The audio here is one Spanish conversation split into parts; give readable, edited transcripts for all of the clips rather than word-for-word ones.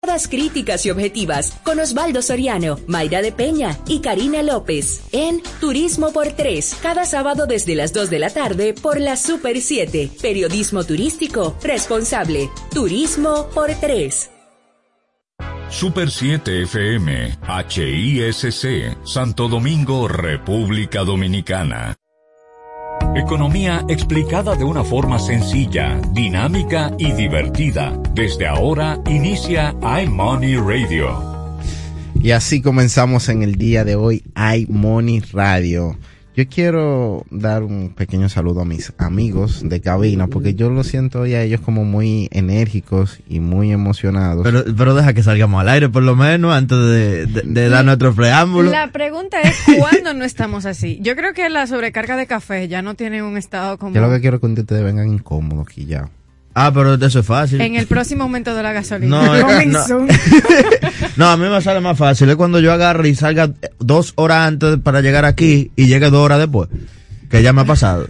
Críticas y objetivas con Osvaldo Soriano, Mayra de Peña y Karina López en Turismo por 3, cada sábado desde las 2 de la tarde por la Super 7. Periodismo turístico responsable. Turismo por 3. Super 7 FM, HISC, Santo Domingo, República Dominicana. Economía explicada de una forma sencilla, dinámica y divertida. Desde ahora inicia iMoney Radio. Y así comenzamos en el día de hoy iMoney Radio. Yo quiero dar un pequeño saludo a mis amigos de cabina, porque yo lo siento hoy a ellos como muy enérgicos y muy emocionados. Pero deja que salgamos al aire por lo menos antes de dar nuestro preámbulo. La pregunta es, ¿cuándo no estamos así? Yo creo que la sobrecarga de café ya no tiene un estado como... Yo lo que quiero es que ustedes vengan incómodos aquí ya. Pero eso es fácil. En el próximo aumento de la gasolina. No, a mí me sale más fácil. Es cuando yo agarre y salga 2 horas antes para llegar aquí y llegue 2 horas después. Que ya me ha pasado.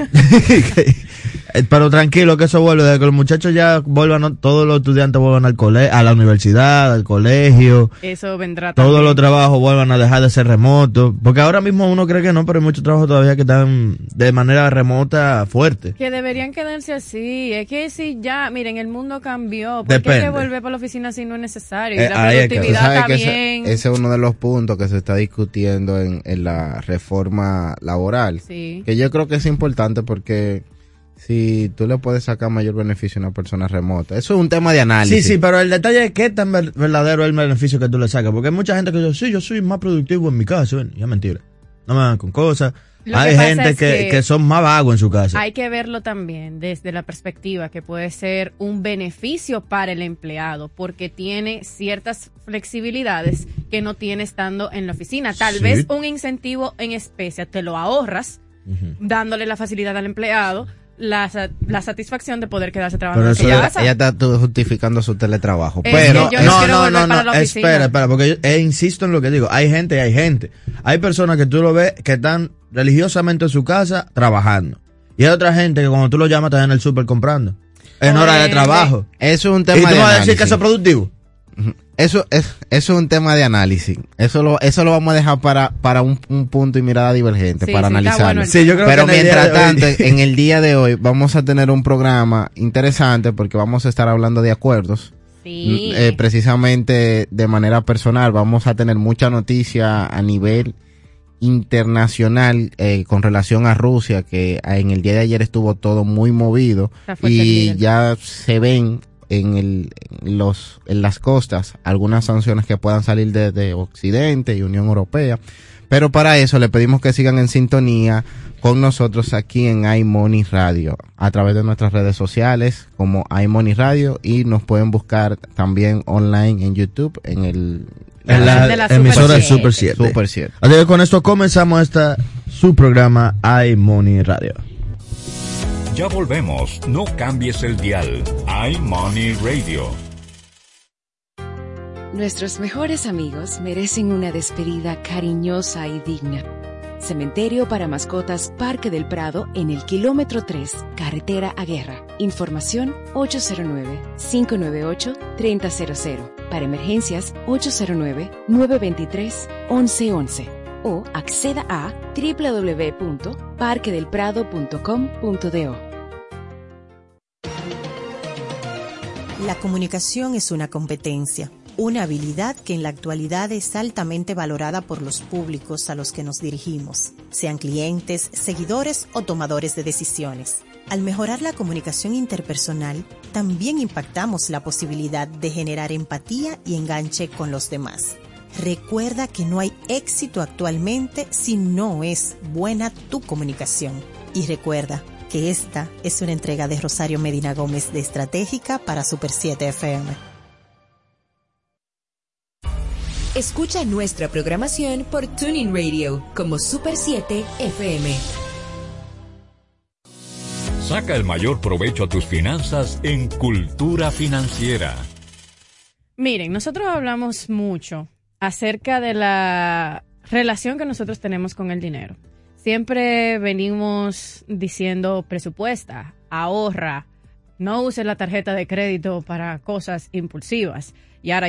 Pero tranquilo que eso vuelve. Desde que los muchachos ya vuelvan, todos los estudiantes vuelvan a la universidad, al colegio. Eso vendrá también. Todos los trabajos vuelvan a dejar de ser remotos. Porque ahora mismo uno cree que no, pero hay muchos trabajos todavía que están de manera remota fuerte. Que deberían quedarse así. Es que si ya, miren, el mundo cambió. ¿Por qué hay que volver para la oficina si no es necesario? Y la productividad está bien. Ese es uno de los puntos que se está discutiendo en la reforma laboral. Sí. Que yo creo que es importante porque... si tú le puedes sacar mayor beneficio a una persona remota. Eso es un tema de análisis. Sí, pero el detalle es qué tan verdadero es el beneficio que tú le sacas. Porque hay mucha gente que dice, sí, yo soy más productivo en mi casa. Bueno, ya mentira. No me dan con cosas. Hay gente que son más vagos en su casa. Hay que verlo también desde la perspectiva que puede ser un beneficio para el empleado, porque tiene ciertas flexibilidades que no tiene estando en la oficina. Tal vez un incentivo en especie te lo ahorras, dándole la facilidad al empleado, la satisfacción de poder quedarse trabajando en casa. Ella está justificando su teletrabajo. Pero no, espera, porque yo insisto en lo que digo. Hay gente y hay gente. Hay personas que tú lo ves que están religiosamente en su casa trabajando. Y hay otra gente que cuando tú lo llamas están en el súper comprando. En hora de trabajo. Eso es un tema de análisis. ¿Y tú vas a decir que eso es productivo? Eso es un tema de análisis. Eso lo vamos a dejar para un punto y mirada divergente, para analizarlo. Bueno, yo creo pero mientras tanto, en el día de hoy vamos a tener un programa interesante porque vamos a estar hablando de acuerdos. Sí. Precisamente de manera personal, vamos a tener mucha noticia a nivel internacional con relación a Rusia, que en el día de ayer estuvo todo muy movido y ya se ven en las costas algunas sanciones que puedan salir de Occidente y Unión Europea. Pero para eso le pedimos que sigan en sintonía con nosotros aquí en iMoney Radio a través de nuestras redes sociales como iMoney Radio, y nos pueden buscar también online en YouTube en la emisora de Super 7. Super 7. Así que con esto comenzamos su programa iMoney Radio. Ya volvemos, no cambies el dial. iMoney Radio. Nuestros mejores amigos merecen una despedida cariñosa y digna. Cementerio para Mascotas Parque del Prado en el kilómetro 3, carretera a Guerra. Información 809-598-3000. Para emergencias 809-923-1111. O acceda a www.parquedelprado.com.do. La comunicación es una competencia, una habilidad que en la actualidad es altamente valorada por los públicos a los que nos dirigimos, sean clientes, seguidores o tomadores de decisiones. Al mejorar la comunicación interpersonal, también impactamos la posibilidad de generar empatía y enganche con los demás. Recuerda que no hay éxito actualmente si no es buena tu comunicación. Y recuerda que esta es una entrega de Rosario Medina Gómez de Estratégica para Super 7 FM. Escucha nuestra programación por TuneIn Radio como Super 7 FM. Saca el mayor provecho a tus finanzas en Cultura Financiera. Miren, nosotros hablamos mucho acerca de la relación que nosotros tenemos con el dinero. Siempre venimos diciendo presupuesta, ahorra, no uses la tarjeta de crédito para cosas impulsivas, yara.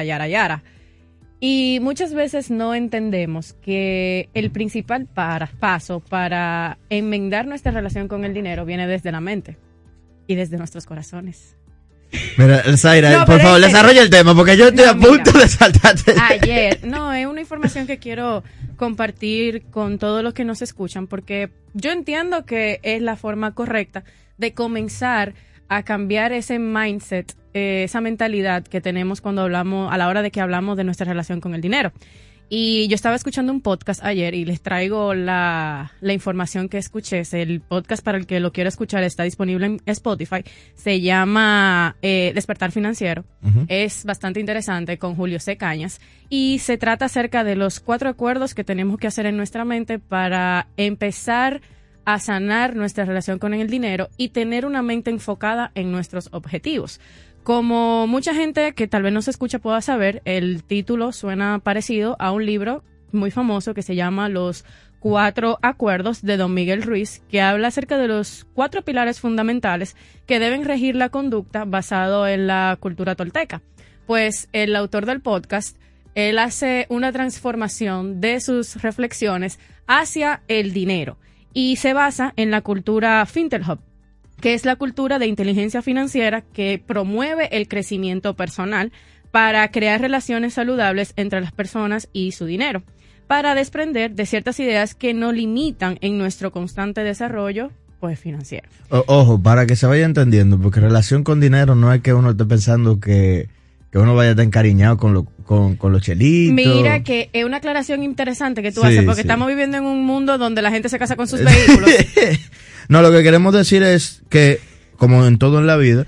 Y muchas veces no entendemos que el principal paso para enmendar nuestra relación con el dinero viene desde la mente y desde nuestros corazones. Mira, Zaira, por favor, desarrolla el tema, porque yo estoy a punto de saltarte. Ayer, es una información que quiero compartir con todos los que nos escuchan, porque yo entiendo que es la forma correcta de comenzar a cambiar ese mindset, esa mentalidad que tenemos cuando hablamos, a la hora de que hablamos de nuestra relación con el dinero. Y yo estaba escuchando un podcast ayer y les traigo la información que escuché. El podcast, para el que lo quiera escuchar, está disponible en Spotify. Se llama Despertar Financiero. Uh-huh. Es bastante interesante, con Julio C. Cañas. Y se trata acerca de los 4 acuerdos que tenemos que hacer en nuestra mente para empezar a sanar nuestra relación con el dinero y tener una mente enfocada en nuestros objetivos. Como mucha gente que tal vez no se escucha pueda saber, el título suena parecido a un libro muy famoso que se llama Los 4 Acuerdos de Don Miguel Ruiz, que habla acerca de los 4 pilares fundamentales que deben regir la conducta basado en la cultura tolteca. Pues el autor del podcast, él hace una transformación de sus reflexiones hacia el dinero y se basa en la cultura Fintelhop, que es la cultura de inteligencia financiera que promueve el crecimiento personal para crear relaciones saludables entre las personas y su dinero, para desprender de ciertas ideas que nos limitan en nuestro constante desarrollo pues financiero. Ojo, para que se vaya entendiendo, porque relación con dinero no es que uno esté pensando que uno vaya a estar encariñado con los chelitos. Mira que es una aclaración interesante que tú haces, porque estamos viviendo en un mundo donde la gente se casa con sus vehículos. No, lo que queremos decir es que, como en todo en la vida,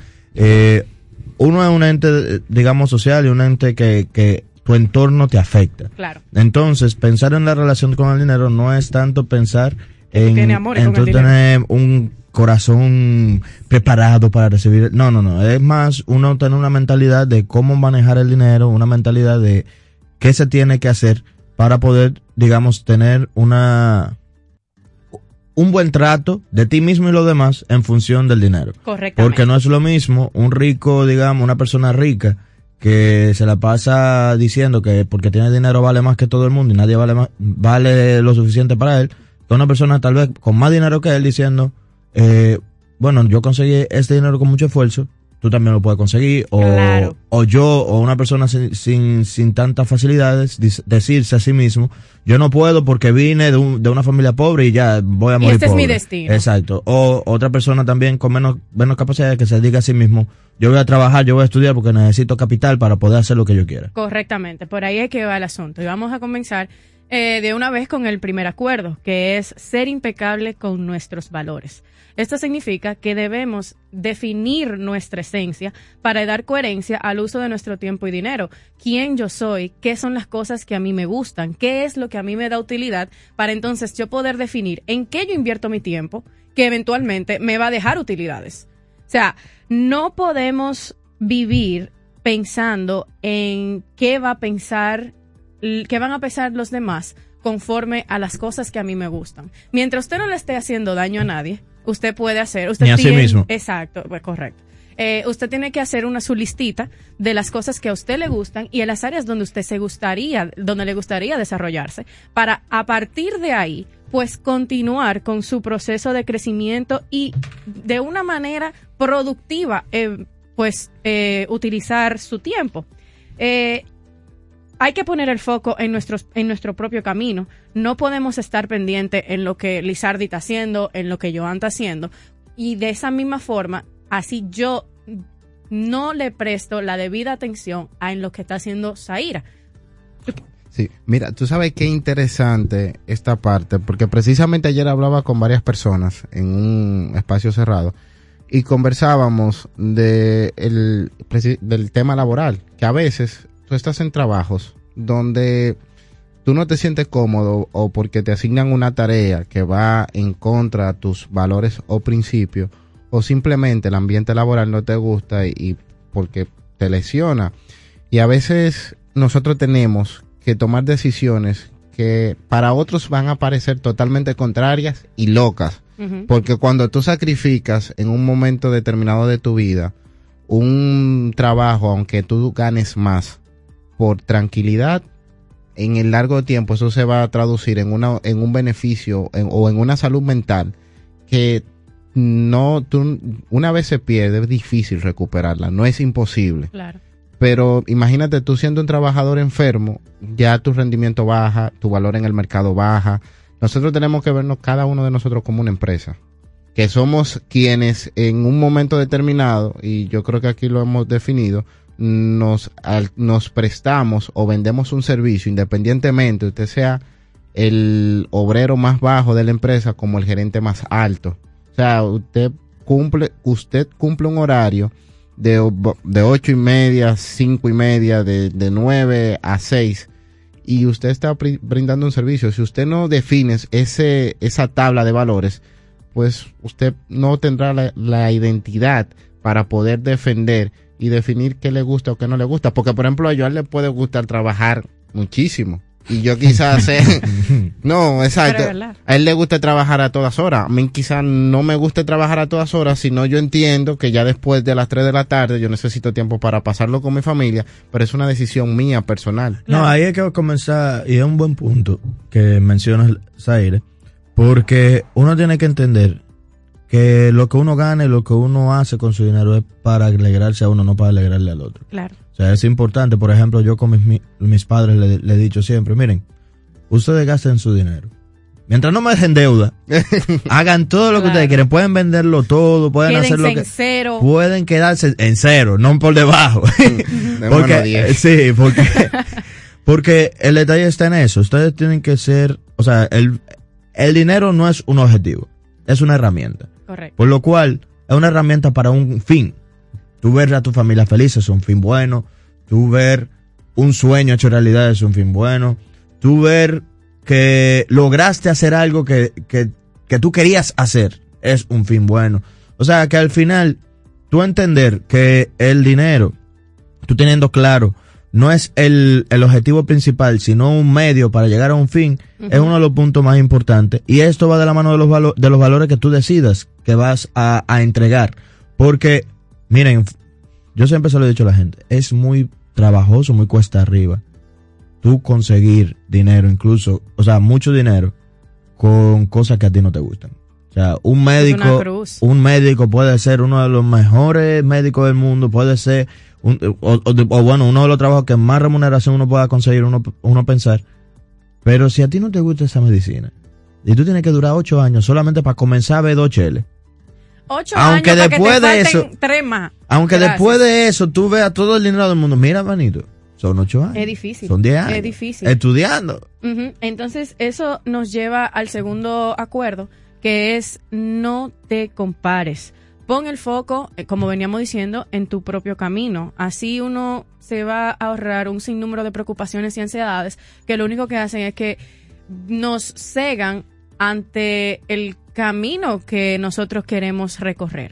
uno es un ente, digamos, social y un ente que tu entorno te afecta. Claro. Entonces, pensar en la relación con el dinero no es tanto pensar en tú tener un corazón preparado para recibir. No. Es más uno tener una mentalidad de cómo manejar el dinero, una mentalidad de qué se tiene que hacer para poder, digamos, tener un buen trato de ti mismo y los demás en función del dinero. Correctamente. Porque no es lo mismo un rico, digamos, una persona rica que se la pasa diciendo que porque tiene dinero vale más que todo el mundo y nadie vale lo suficiente para él, que una persona tal vez con más dinero que él diciendo, bueno, yo conseguí este dinero con mucho esfuerzo, tú también lo puedes conseguir, claro. o una persona sin tantas facilidades, decirse a sí mismo, yo no puedo porque vine de una familia pobre y ya voy a morir este pobre. Es mi destino. Exacto. O otra persona también con menos capacidad que se diga a sí mismo, yo voy a trabajar, yo voy a estudiar porque necesito capital para poder hacer lo que yo quiera. Correctamente, por ahí es que va el asunto. Y vamos a comenzar de una vez con el primer acuerdo, que es ser impecable con nuestros valores. Esto significa que debemos definir nuestra esencia para dar coherencia al uso de nuestro tiempo y dinero. ¿Quién yo soy? ¿Qué son las cosas que a mí me gustan? ¿Qué es lo que a mí me da utilidad? Para entonces yo poder definir en qué yo invierto mi tiempo, que eventualmente me va a dejar utilidades. O sea, no podemos vivir pensando en qué van a pensar los demás conforme a las cosas que a mí me gustan. Mientras usted no le esté haciendo daño a nadie, usted puede hacer... Ni a sí mismo. Exacto, pues correcto. Usted tiene que hacer su listita de las cosas que a usted le gustan y en las áreas donde donde le gustaría desarrollarse, para a partir de ahí, pues continuar con su proceso de crecimiento y de una manera productiva, utilizar su tiempo. Hay que poner el foco en nuestro propio camino. No podemos estar pendientes en lo que Lizardi está haciendo, en lo que Joan está haciendo. Y de esa misma forma, así yo no le presto la debida atención en lo que está haciendo Zaira. Sí, mira, tú sabes qué interesante esta parte, porque precisamente ayer hablaba con varias personas en un espacio cerrado y conversábamos del tema laboral, que a veces tú estás en trabajos donde tú no te sientes cómodo o porque te asignan una tarea que va en contra de tus valores o principios, o simplemente el ambiente laboral no te gusta y porque te lesiona. Y a veces nosotros tenemos que tomar decisiones que para otros van a parecer totalmente contrarias y locas. Porque cuando tú sacrificas en un momento determinado de tu vida un trabajo, aunque tú ganes más, por tranquilidad, en el largo tiempo eso se va a traducir en un beneficio o en una salud mental que una vez se pierde es difícil recuperarla, no es imposible. Claro. Pero imagínate tú siendo un trabajador enfermo, ya tu rendimiento baja, tu valor en el mercado baja. Nosotros tenemos que vernos cada uno de nosotros como una empresa, que somos quienes en un momento determinado, y yo creo que aquí lo hemos definido, nos prestamos o vendemos un servicio independientemente, usted sea el obrero más bajo de la empresa como el gerente más alto. O sea, usted cumple un horario de 8:30, 5:30, de 9 a 6, y usted está brindando un servicio. Si usted no define esa tabla de valores, pues usted no tendrá la identidad para poder defender y definir qué le gusta o qué no le gusta. Porque, por ejemplo, a Joan le puede gustar trabajar muchísimo. Y yo quizás no, exacto. A él le gusta trabajar a todas horas. A mí quizás no me guste trabajar a todas horas, sino yo entiendo que ya después de las 3 de la tarde yo necesito tiempo para pasarlo con mi familia, pero es una decisión mía personal. No, ahí hay que comenzar, y es un buen punto que mencionas, Zaire, porque uno tiene que entender que lo que uno gana y lo que uno hace con su dinero es para alegrarse a uno, no para alegrarle al otro. Claro. O sea, es importante. Por ejemplo, yo con mis padres le he dicho siempre, miren, ustedes gasten su dinero. Mientras no me dejen deuda, hagan todo lo que ustedes quieren. Pueden venderlo todo, pueden quédense hacer lo que... en cero. Pueden quedarse en cero, no por debajo. Porque el detalle está en eso. Ustedes tienen que ser... O sea, el dinero no es un objetivo, es una herramienta. Correcto. Por lo cual, es una herramienta para un fin. Tú ver a tu familia feliz es un fin bueno. Tú ver un sueño hecho realidad es un fin bueno. Tú ver que lograste hacer algo que tú querías hacer es un fin bueno. O sea, que al final, tú entender que el dinero, tú teniendo claro, no es el objetivo principal, sino un medio para llegar a un fin, es uno de los puntos más importantes. Y esto va de la mano de los valores que tú decidas que vas a entregar. Porque, miren, yo siempre se lo he dicho a la gente, es muy trabajoso, muy cuesta arriba tú conseguir dinero, incluso, o sea, mucho dinero con cosas que a ti no te gustan. O sea, un médico puede ser uno de los mejores médicos del mundo, puede ser bueno, uno de los trabajos que más remuneración uno pueda conseguir, uno pensar. Pero si a ti no te gusta esa medicina y tú tienes que durar 8 años solamente para comenzar a ver 2 cheles, 8 aunque años después para que te de falten eso, 3 más. Aunque Gracias. Después de eso tú veas todo el dinero del mundo, mira, manito, son 8 años. Es difícil. Son 10 años. Es difícil. Estudiando. Entonces, eso nos lleva al segundo acuerdo, que es no te compares. Pon el foco, como veníamos diciendo, en tu propio camino. Así uno se va a ahorrar un sinnúmero de preocupaciones y ansiedades que lo único que hacen es que nos cegan ante el camino que nosotros queremos recorrer.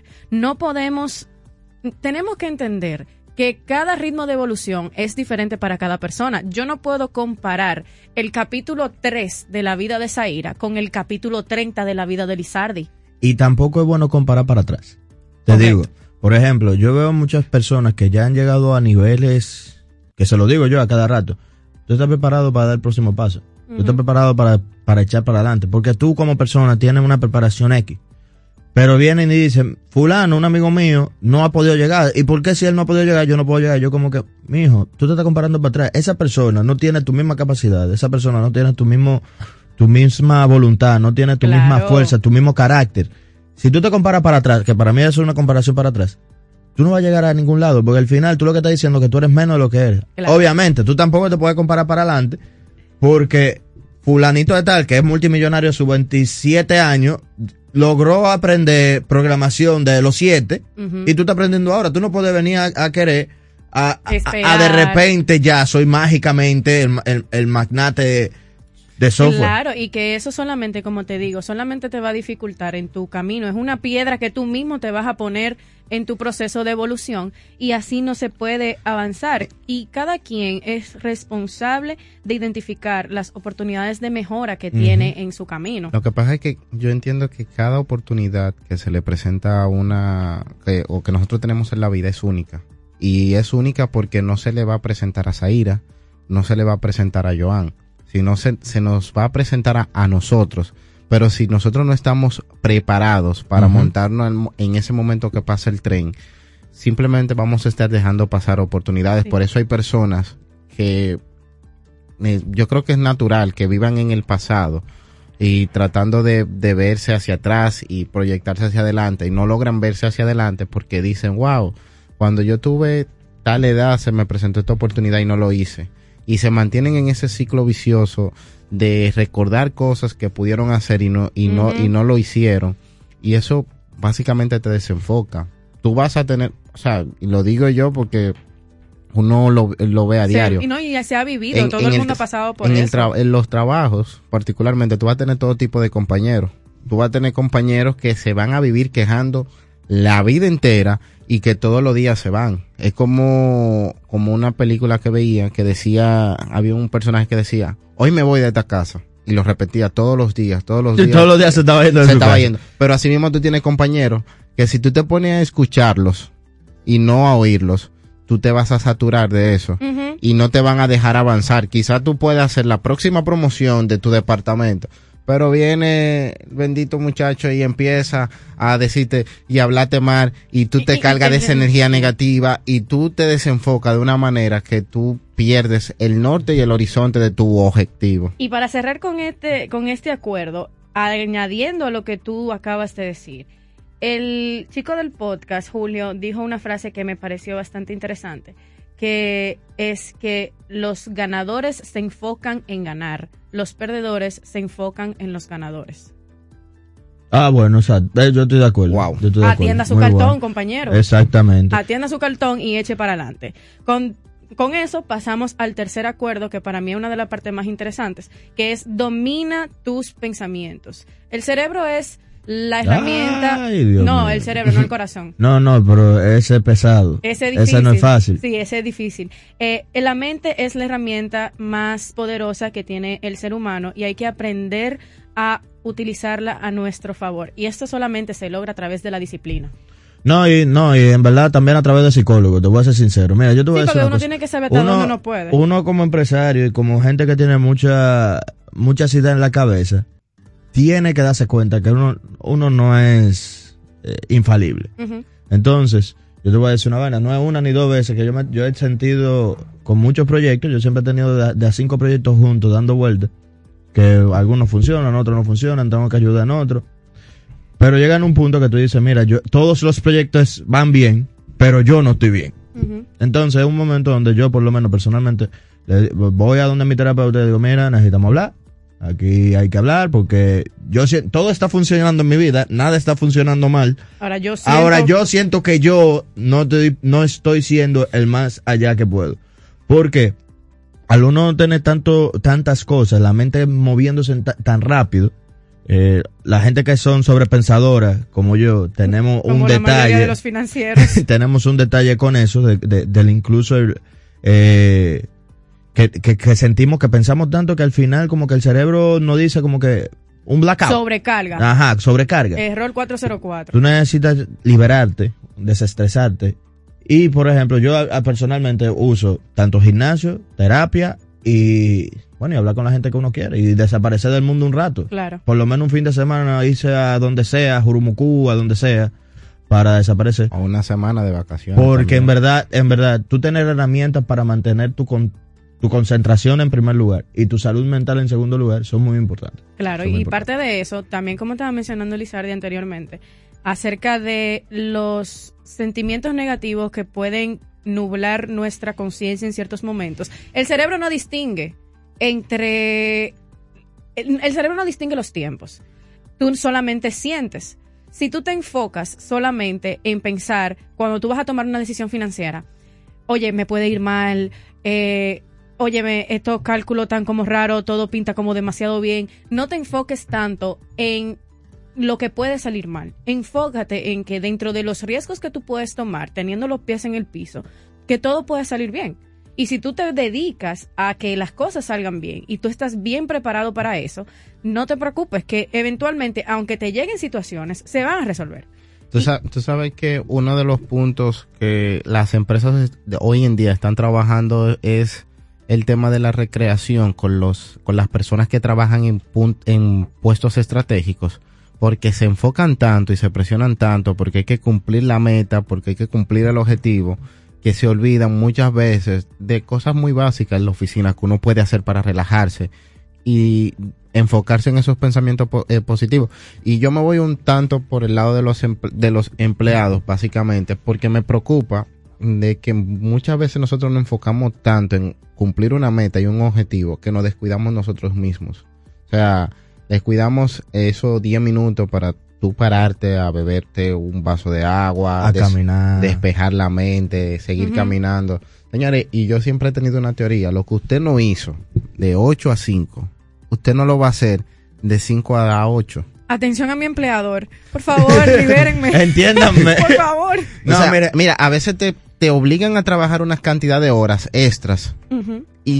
Tenemos que entender que cada ritmo de evolución es diferente para cada persona. Yo no puedo comparar el capítulo 3 de la vida de Zaira con el capítulo 30 de la vida de Lizardi. Y tampoco es bueno comparar para atrás. Te digo, por ejemplo, yo veo muchas personas que ya han llegado a niveles, que se lo digo yo a cada rato, tú estás preparado para dar el próximo paso, tú estás preparado para echar para adelante, porque tú como persona tienes una preparación X, pero vienen y dicen, fulano, un amigo mío, no ha podido llegar, ¿y por qué si él no ha podido llegar, yo no puedo llegar? Yo como que, mijo, tú te estás comparando para atrás, esa persona no tiene tu misma capacidad, esa persona no tiene tu misma voluntad, no tiene tu misma fuerza, tu mismo carácter. Si tú te comparas para atrás, que para mí eso es una comparación para atrás, tú no vas a llegar a ningún lado, porque al final tú lo que estás diciendo es que tú eres menos de lo que eres. Claro. Obviamente, tú tampoco te puedes comparar para adelante, porque fulanito de tal, que es multimillonario a sus 27 años, logró aprender programación de los 7, y tú estás aprendiendo ahora. Tú no puedes venir a querer, a de repente ya soy mágicamente el magnate de software. Claro, y que eso solamente, como te digo, solamente te va a dificultar en tu camino. Es una piedra que tú mismo te vas a poner en tu proceso de evolución y así no se puede avanzar. Y cada quien es responsable de identificar las oportunidades de mejora que tiene en su camino. Lo que pasa es que yo entiendo que cada oportunidad que se le presenta a o que nosotros tenemos en la vida es única. Y es única porque no se le va a presentar a Zaira, no se le va a presentar a Joan, sino se nos va a presentar a nosotros. Pero si nosotros no estamos preparados para montarnos en ese momento que pasa el tren, simplemente vamos a estar dejando pasar oportunidades. Sí. Por eso hay personas que yo creo que es natural que vivan en el pasado y tratando de verse hacia atrás y proyectarse hacia adelante y no logran verse hacia adelante porque dicen, wow, cuando yo tuve tal edad se me presentó esta oportunidad y no lo hice. Y se mantienen en ese ciclo vicioso de recordar cosas que pudieron hacer y no lo hicieron. Y eso básicamente te desenfoca. Tú vas a tener, o sea, y lo digo yo porque uno lo ve a diario. Y ya se ha vivido, todo el mundo ha pasado por eso. En los trabajos, particularmente, tú vas a tener todo tipo de compañeros. Tú vas a tener compañeros que se van a vivir quejando la vida entera y que todos los días se van. Es como una película que veía que decía, había un personaje que decía, hoy me voy de esta casa. Y lo repetía todos los días. Y todos los días se estaba yendo. Yendo. Pero así mismo tú tienes compañeros que si tú te pones a escucharlos y no a oírlos, tú te vas a saturar de eso y no te van a dejar avanzar. Quizás tú puedas hacer la próxima promoción de tu departamento, pero viene bendito muchacho y empieza a decirte y hablarte mal y tú te cargas de esa energía negativa y tú te desenfocas de una manera que tú pierdes el norte y el horizonte de tu objetivo. Y para cerrar con este acuerdo, añadiendo a lo que tú acabas de decir, el chico del podcast, Julio, dijo una frase que me pareció bastante interesante, que es que los ganadores se enfocan en ganar, los perdedores se enfocan en los ganadores. Ah, bueno, o sea, yo estoy de acuerdo. Wow. Yo estoy de Atienda acuerdo. su cartón, compañero. Exactamente. Atienda su cartón y eche para adelante. Con eso pasamos al tercer acuerdo, que para mí es una de las partes más interesantes, que es domina tus pensamientos. El cerebro es la herramienta. Ay, Dios mío. El cerebro, no el corazón. No, pero ese es pesado. Ese es difícil. Ese no es fácil. Sí, ese es difícil. La mente es la herramienta más poderosa que tiene el ser humano y hay que aprender a utilizarla a nuestro favor. Y esto solamente se logra a través de la disciplina. No, y en verdad también a través de psicólogos, te voy a ser sincero. Mira, yo te voy a decir porque una uno cosa. tiene que saber hasta dónde uno puede. Uno como empresario y como gente que tiene muchas ideas en la cabeza, tiene que darse cuenta que uno no es infalible. Entonces, yo te voy a decir una vaina, no es una ni dos veces que yo he sentido con muchos proyectos, yo siempre he tenido de a 5 proyectos juntos dando vueltas, que algunos funcionan, otros no funcionan, tengo que ayudar en otros. Pero llega en un punto que tú dices, mira, todos los proyectos van bien, pero yo no estoy bien. Entonces es un momento donde yo, por lo menos personalmente, voy a donde mi terapeuta y digo, mira, necesitamos hablar. Aquí hay que hablar porque todo está funcionando en mi vida, nada está funcionando mal. Ahora yo siento que yo no estoy siendo el más allá que puedo. Porque al uno tener tantas cosas, la mente moviéndose tan rápido, la gente que son sobrepensadoras, como yo, tenemos como un la detalle. Mayoría de los financieros. Tenemos un detalle con eso, del incluso que sentimos, que pensamos tanto que al final como que el cerebro nos dice como que un blackout. Sobrecarga. Ajá, sobrecarga. Error 404. Tú necesitas liberarte, desestresarte. Y, por ejemplo, yo personalmente uso tanto gimnasio, terapia y hablar con la gente que uno quiere y desaparecer del mundo un rato. Claro. Por lo menos un fin de semana irse a donde sea, a Jurumucú, a donde sea, para desaparecer. O una semana de vacaciones. Porque también. en verdad, tú tener herramientas para mantener tu concentración en primer lugar y tu salud mental en segundo lugar son muy importantes. Claro, y parte de eso, también como estaba mencionando Lizardi anteriormente, acerca de los sentimientos negativos que pueden nublar nuestra conciencia en ciertos momentos. El cerebro no distingue los tiempos. Tú solamente sientes. Si tú te enfocas solamente en pensar cuando tú vas a tomar una decisión financiera, oye, me puede ir mal, óyeme, estos cálculos tan como raros, todo pinta como demasiado bien. No te enfoques tanto en lo que puede salir mal. Enfócate en que dentro de los riesgos que tú puedes tomar, teniendo los pies en el piso, que todo puede salir bien. Y si tú te dedicas a que las cosas salgan bien y tú estás bien preparado para eso, no te preocupes que eventualmente, aunque te lleguen situaciones, se van a resolver. Tú sabes que uno de los puntos que las empresas de hoy en día están trabajando es el tema de la recreación con las personas que trabajan en puestos estratégicos, porque se enfocan tanto y se presionan tanto porque hay que cumplir la meta, porque hay que cumplir el objetivo, que se olvidan muchas veces de cosas muy básicas en la oficina que uno puede hacer para relajarse y enfocarse en esos pensamientos positivos. Y yo me voy un tanto por el lado de los empleados, básicamente, porque me preocupa de que muchas veces nosotros nos enfocamos tanto en cumplir una meta y un objetivo que nos descuidamos nosotros mismos. O sea, descuidamos esos 10 minutos para tú pararte a beberte un vaso de agua, a caminar, despejar la mente, seguir caminando. Señores, y yo siempre he tenido una teoría, lo que usted no hizo de 8 a 5, usted no lo va a hacer de 5 a 8. Atención a mi empleador, por favor, libérenme. Entiéndanme. Por favor. No, o sea, mira, a veces te obligan a trabajar una cantidad de horas extras y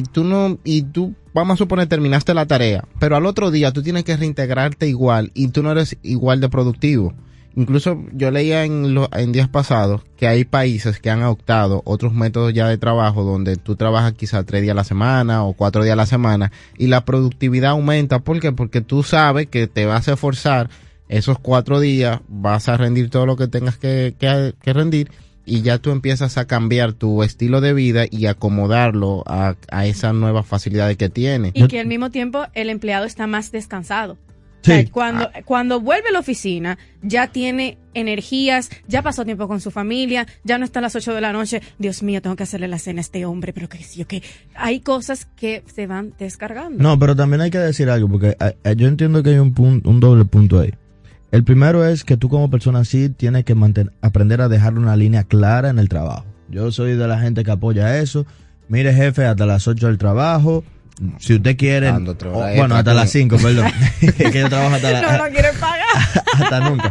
tú, vamos a suponer, terminaste la tarea, pero al otro día tú tienes que reintegrarte igual y tú no eres igual de productivo. Incluso yo leía en días pasados que hay países que han adoptado otros métodos ya de trabajo donde tú trabajas quizás 3 días a la semana o 4 días a la semana y la productividad aumenta. ¿Por qué? Porque tú sabes que te vas a esforzar esos 4 días, vas a rendir todo lo que tengas que rendir y ya tú empiezas a cambiar tu estilo de vida y acomodarlo a esas nuevas facilidades que tiene. Y que al mismo tiempo el empleado está más descansado. Sí. O sea, cuando vuelve a la oficina, ya tiene energías, ya pasó tiempo con su familia, ya no está a las 8 de la noche, Dios mío, tengo que hacerle la cena a este hombre, pero que sí, que hay cosas que se van descargando. No, pero también hay que decir algo, porque yo entiendo que hay un doble punto ahí. El primero es que tú como persona sí tienes que aprender a dejar una línea clara en el trabajo. Yo soy de la gente que apoya eso. Mire, jefe, hasta las 8 del trabajo. Si usted quiere, bueno, hasta las 5, perdón. Que yo trabajo hasta no quieren pagar. Hasta nunca.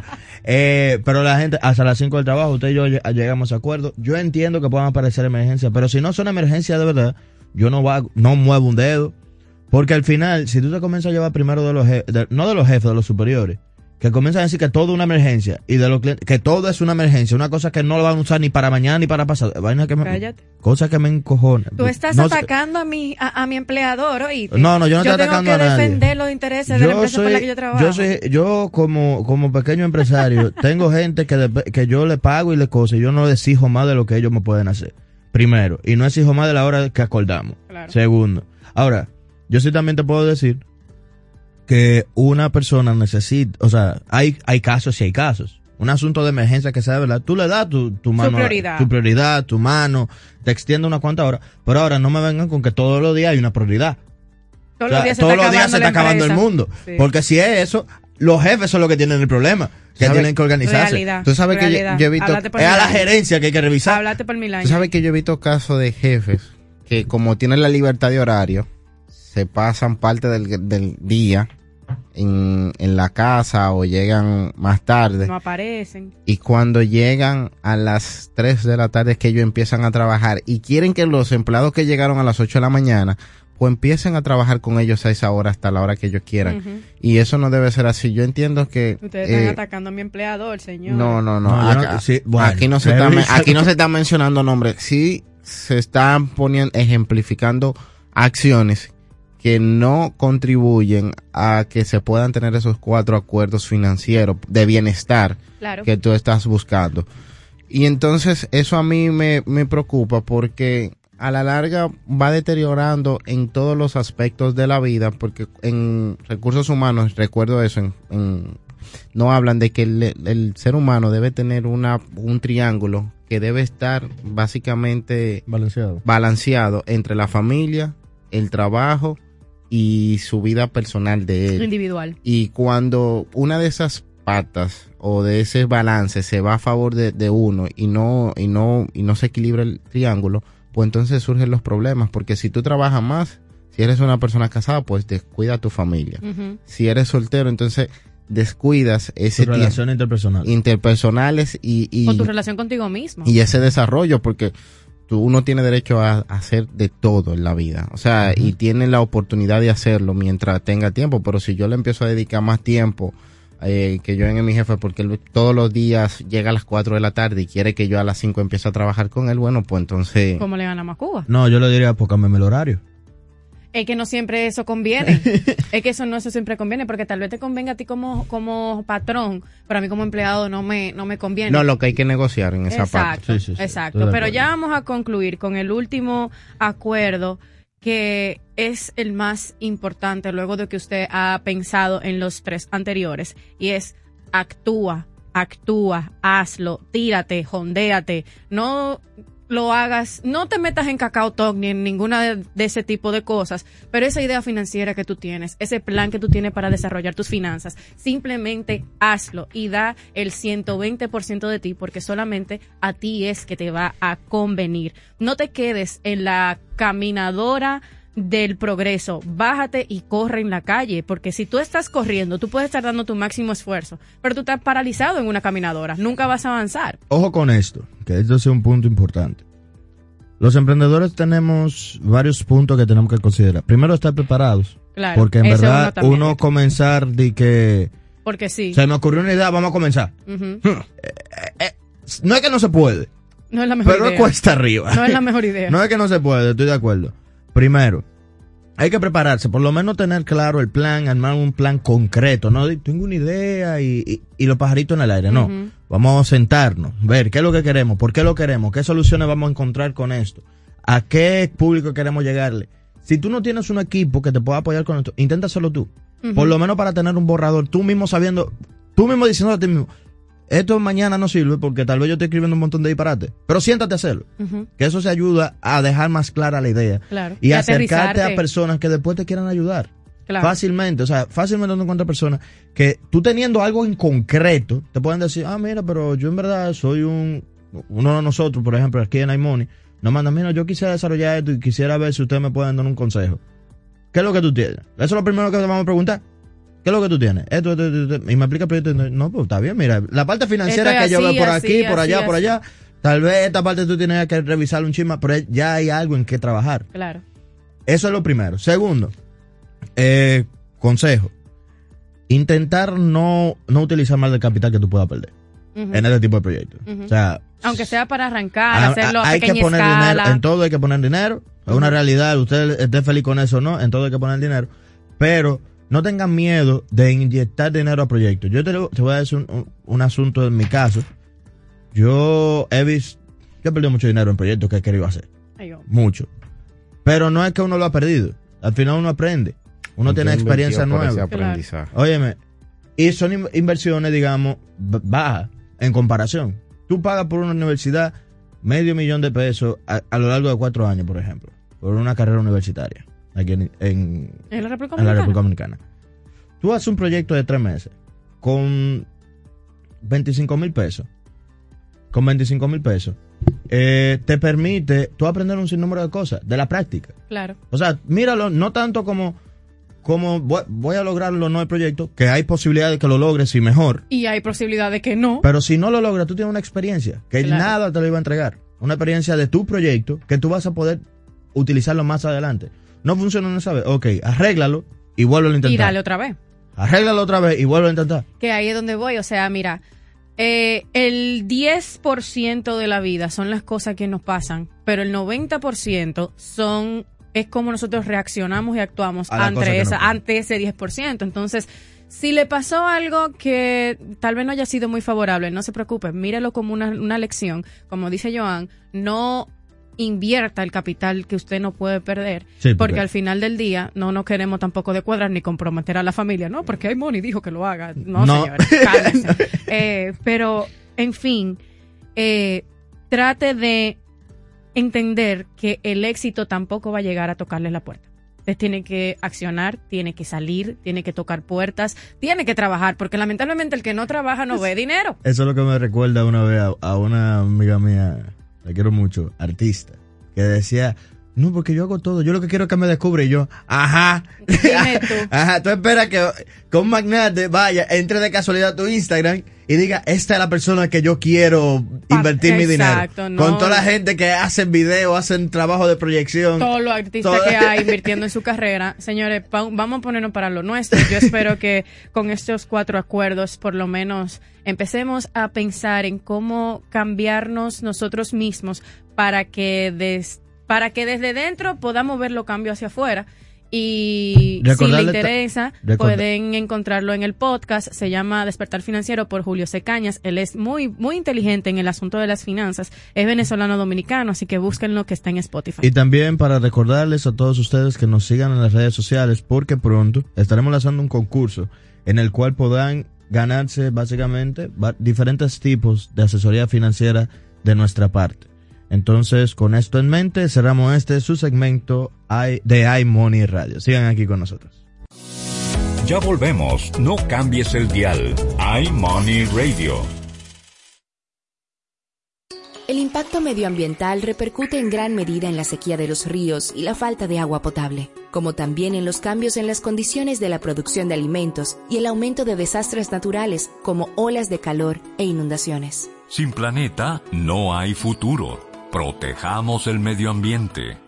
Pero la gente, hasta las 5 del trabajo, usted y yo llegamos a acuerdo. Yo entiendo que puedan aparecer emergencias, pero si no son emergencias de verdad, yo no muevo un dedo. Porque al final, si tú te comienzas a llevar primero no de los jefes, de los superiores, que comienzan a decir que todo es una emergencia y de los clientes, que todo es una emergencia, una cosa que no lo van a usar ni para mañana ni para pasado, Cállate. Cosa que me encojona. Tú estás atacando a mi empleador, ¿oíste? No, yo no estoy atacando a nadie. Yo tengo que defender los intereses de la empresa por la que yo trabajo. Yo como pequeño empresario tengo gente que yo le pago y le cose y yo no les exijo más de lo que ellos me pueden hacer. Primero, y no exijo más de la hora que acordamos. Claro. Segundo. Ahora, yo sí también te puedo decir que una persona necesita, o sea, hay casos y hay casos. Un asunto de emergencia que sea de verdad, tú le das tu mano, tu prioridad, tu mano, te extiende unas cuantas horas, pero ahora no me vengan con que todos los días hay una prioridad. Todos los días se está acabando el mundo. Sí. Porque si es eso, los jefes son los que tienen el problema, que tienen que organizarse. Realidad, tú sabes que yo he visto, es a la gerencia que hay que revisar. Háblate por 1000 años. Tú sabes que yo he visto casos de jefes que como tienen la libertad de horario, se pasan parte del día en la casa o llegan más tarde. No aparecen. Y cuando llegan a las 3 de la tarde es que ellos empiezan a trabajar y quieren que los empleados que llegaron a las 8 de la mañana pues empiecen a trabajar con ellos a esa hora hasta la hora que ellos quieran. Y eso no debe ser así. Yo entiendo que ustedes están atacando a mi empleador, señor. No. Aquí no se está mencionando nombres. Sí se están ejemplificando acciones que no contribuyen a que se puedan tener esos 4 acuerdos financieros de bienestar que tú estás buscando. Y entonces eso a mí me preocupa porque a la larga va deteriorando en todos los aspectos de la vida, porque en recursos humanos, recuerdo eso, no hablan de que el ser humano debe tener un triángulo que debe estar básicamente balanceado entre la familia, el trabajo y su vida personal de él. Individual. Y cuando una de esas patas o de ese balance se va a favor de uno y no se equilibra el triángulo, pues entonces surgen los problemas, porque si tú trabajas más, si eres una persona casada, pues descuida a tu familia. Uh-huh. Si eres soltero, entonces descuidas ese tu relación interpersonales y o tu relación contigo mismo. Y ese desarrollo, porque uno tiene derecho a hacer de todo en la vida, o sea, y tiene la oportunidad de hacerlo mientras tenga tiempo, pero si yo le empiezo a dedicar más tiempo que yo en mi jefe, porque él todos los días llega a las 4 de la tarde y quiere que yo a las 5 empiece a trabajar con él, bueno, pues entonces... ¿Cómo le ganamos a Cuba? No, yo le diría, pues cámbiame el horario. Es que no siempre eso conviene. Es que eso siempre conviene, porque tal vez te convenga a ti como patrón, pero a mí como empleado no me conviene. No, lo que hay que negociar en esa parte. Sí, exacto. Pero ya vamos a concluir con el último acuerdo, que es el más importante luego de que usted ha pensado en los 3 anteriores, y es actúa, hazlo, tírate, jondéate, no lo hagas, no te metas en Kakao Talk ni en ninguna de ese tipo de cosas, pero esa idea financiera que tú tienes, ese plan que tú tienes para desarrollar tus finanzas, simplemente hazlo y da el 120% de ti, porque solamente a ti es que te va a convenir. No te quedes en la caminadora del progreso, bájate y corre en la calle, porque si tú estás corriendo, tú puedes estar dando tu máximo esfuerzo, pero tú estás paralizado en una caminadora, nunca vas a avanzar. Ojo con esto, que esto es un punto importante. Los emprendedores tenemos varios puntos que tenemos que considerar. Primero, estar preparados, claro, porque en verdad uno comenzar de que... Porque sí. Se me ocurrió una idea, vamos a comenzar. Uh-huh. No es que no se puede, no es la mejor pero idea. Cuesta arriba. No es la mejor idea. No es que no se puede, estoy de acuerdo. Primero, hay que prepararse, por lo menos tener claro el plan, armar un plan concreto, no tengo una idea y los pajaritos en el aire, no. Uh-huh. Vamos a sentarnos, ver qué es lo que queremos, por qué lo queremos, qué soluciones vamos a encontrar con esto, a qué público queremos llegarle. Si tú no tienes un equipo que te pueda apoyar con esto, intenta hacerlo tú. Uh-huh. Por lo menos para tener un borrador, tú mismo sabiendo, tú mismo diciendo a ti mismo, esto mañana no sirve porque tal vez yo estoy escribiendo un montón de disparates, pero siéntate a hacerlo. Uh-huh. Que eso se ayuda a dejar más clara la idea. Claro. Y acercarte a personas que después te quieran ayudar. Claro. Fácilmente, o sea, fácilmente te encuentras personas que tú teniendo algo en concreto, te pueden decir, mira, pero yo en verdad soy uno de nosotros, por ejemplo, aquí en iMoney, nos mandan, mira, yo quisiera desarrollar esto y quisiera ver si ustedes me pueden dar un consejo. ¿Qué es lo que tú tienes? Eso es lo primero que te vamos a preguntar. ¿Qué es lo que tú tienes? Esto. Y me explica el proyecto. No, pues está bien, mira. La parte financiera que yo veo por aquí, por allá. Tal vez esta parte tú tienes que revisar un chisme, pero ya hay algo en que trabajar. Claro. Eso es lo primero. Segundo, consejo. Intentar no utilizar más del capital que tú puedas perder. Uh-huh. En este tipo de proyectos. Uh-huh. O sea, aunque sea para arrancar, hacerlo a hay pequeña que poner escala. Dinero, en todo hay que poner dinero. Es una realidad. Usted esté feliz con eso o no, en todo hay que poner dinero. Pero no tengan miedo de inyectar dinero a proyectos. Yo te voy a decir un asunto en mi caso. Yo he perdido mucho dinero en proyectos que he querido hacer. Mucho. Pero no es que uno lo ha perdido. Al final uno aprende. Uno tiene experiencia nueva. Claro. Óyeme, y son inversiones, digamos, bajas en comparación. Tú pagas por una universidad $500,000 de pesos a lo largo de 4 años, por ejemplo, por una carrera universitaria. Aquí en la República Dominicana. Tú haces un proyecto de 3 meses con 25,000 pesos. Con 25,000 pesos. Te permite tú aprender un sinnúmero de cosas de la práctica. Claro. O sea, míralo, no tanto como voy a lograrlo, no el proyecto, que hay posibilidad de que lo logres y mejor. Y hay posibilidad de que no. Pero si no lo logras, tú tienes una experiencia que nada te lo iba a entregar. Una experiencia de tu proyecto que tú vas a poder utilizarlo más adelante. No funciona una vez. Ok, arréglalo y vuelve a intentar. Y dale otra vez. Arréglalo otra vez y vuelve a intentar. Que ahí es donde voy. O sea, mira, el 10% de la vida son las cosas que nos pasan, pero el 90% es como nosotros reaccionamos y actuamos ante ese 10%. Entonces, si le pasó algo que tal vez no haya sido muy favorable, no se preocupe, mírelo como una lección. Como dice Joan, no invierta el capital que usted no puede perder, porque al final del día no queremos tampoco de cuadrar ni comprometer a la familia, no, porque iMoney dijo que lo haga. No. Señores, cálmese. Pero, en fin, trate de entender que el éxito tampoco va a llegar a tocarles la puerta. Usted tiene que accionar, tiene que salir, tiene que tocar puertas, tiene que trabajar, porque lamentablemente el que no trabaja no ve dinero. Eso es lo que me recuerda una vez a una amiga mía, la quiero mucho, artista, que decía, no, porque yo hago todo, yo lo que quiero es que me descubra, y yo, ajá, Dime tú. ajá, tú esperas que un magnate vaya, entre de casualidad a tu Instagram y diga, esta es la persona que yo quiero invertir mi dinero. No. Con toda la gente que hacen video, hacen trabajo de proyección. Todos los artistas que hay invirtiendo en su carrera. Señores, vamos a ponernos para lo nuestro. Yo espero que con estos 4 acuerdos, por lo menos, empecemos a pensar en cómo cambiarnos nosotros mismos para que desde dentro podamos ver los cambios hacia afuera. Y si le interesa, pueden encontrarlo en el podcast. Se llama Despertar Financiero por Julio C. Cañas. Él es muy, muy inteligente en el asunto de las finanzas. Es venezolano-dominicano, así que búsquenlo, que está en Spotify. Y también para recordarles a todos ustedes que nos sigan en las redes sociales, porque pronto estaremos lanzando un concurso en el cual podrán ganarse básicamente diferentes tipos de asesoría financiera de nuestra parte. Entonces, con esto en mente, cerramos su segmento de iMoney Radio. Sigan aquí con nosotros. Ya volvemos, no cambies el dial. iMoney Radio. El impacto medioambiental repercute en gran medida en la sequía de los ríos y la falta de agua potable, como también en los cambios en las condiciones de la producción de alimentos y el aumento de desastres naturales como olas de calor e inundaciones. Sin planeta no hay futuro. Protejamos el medio ambiente.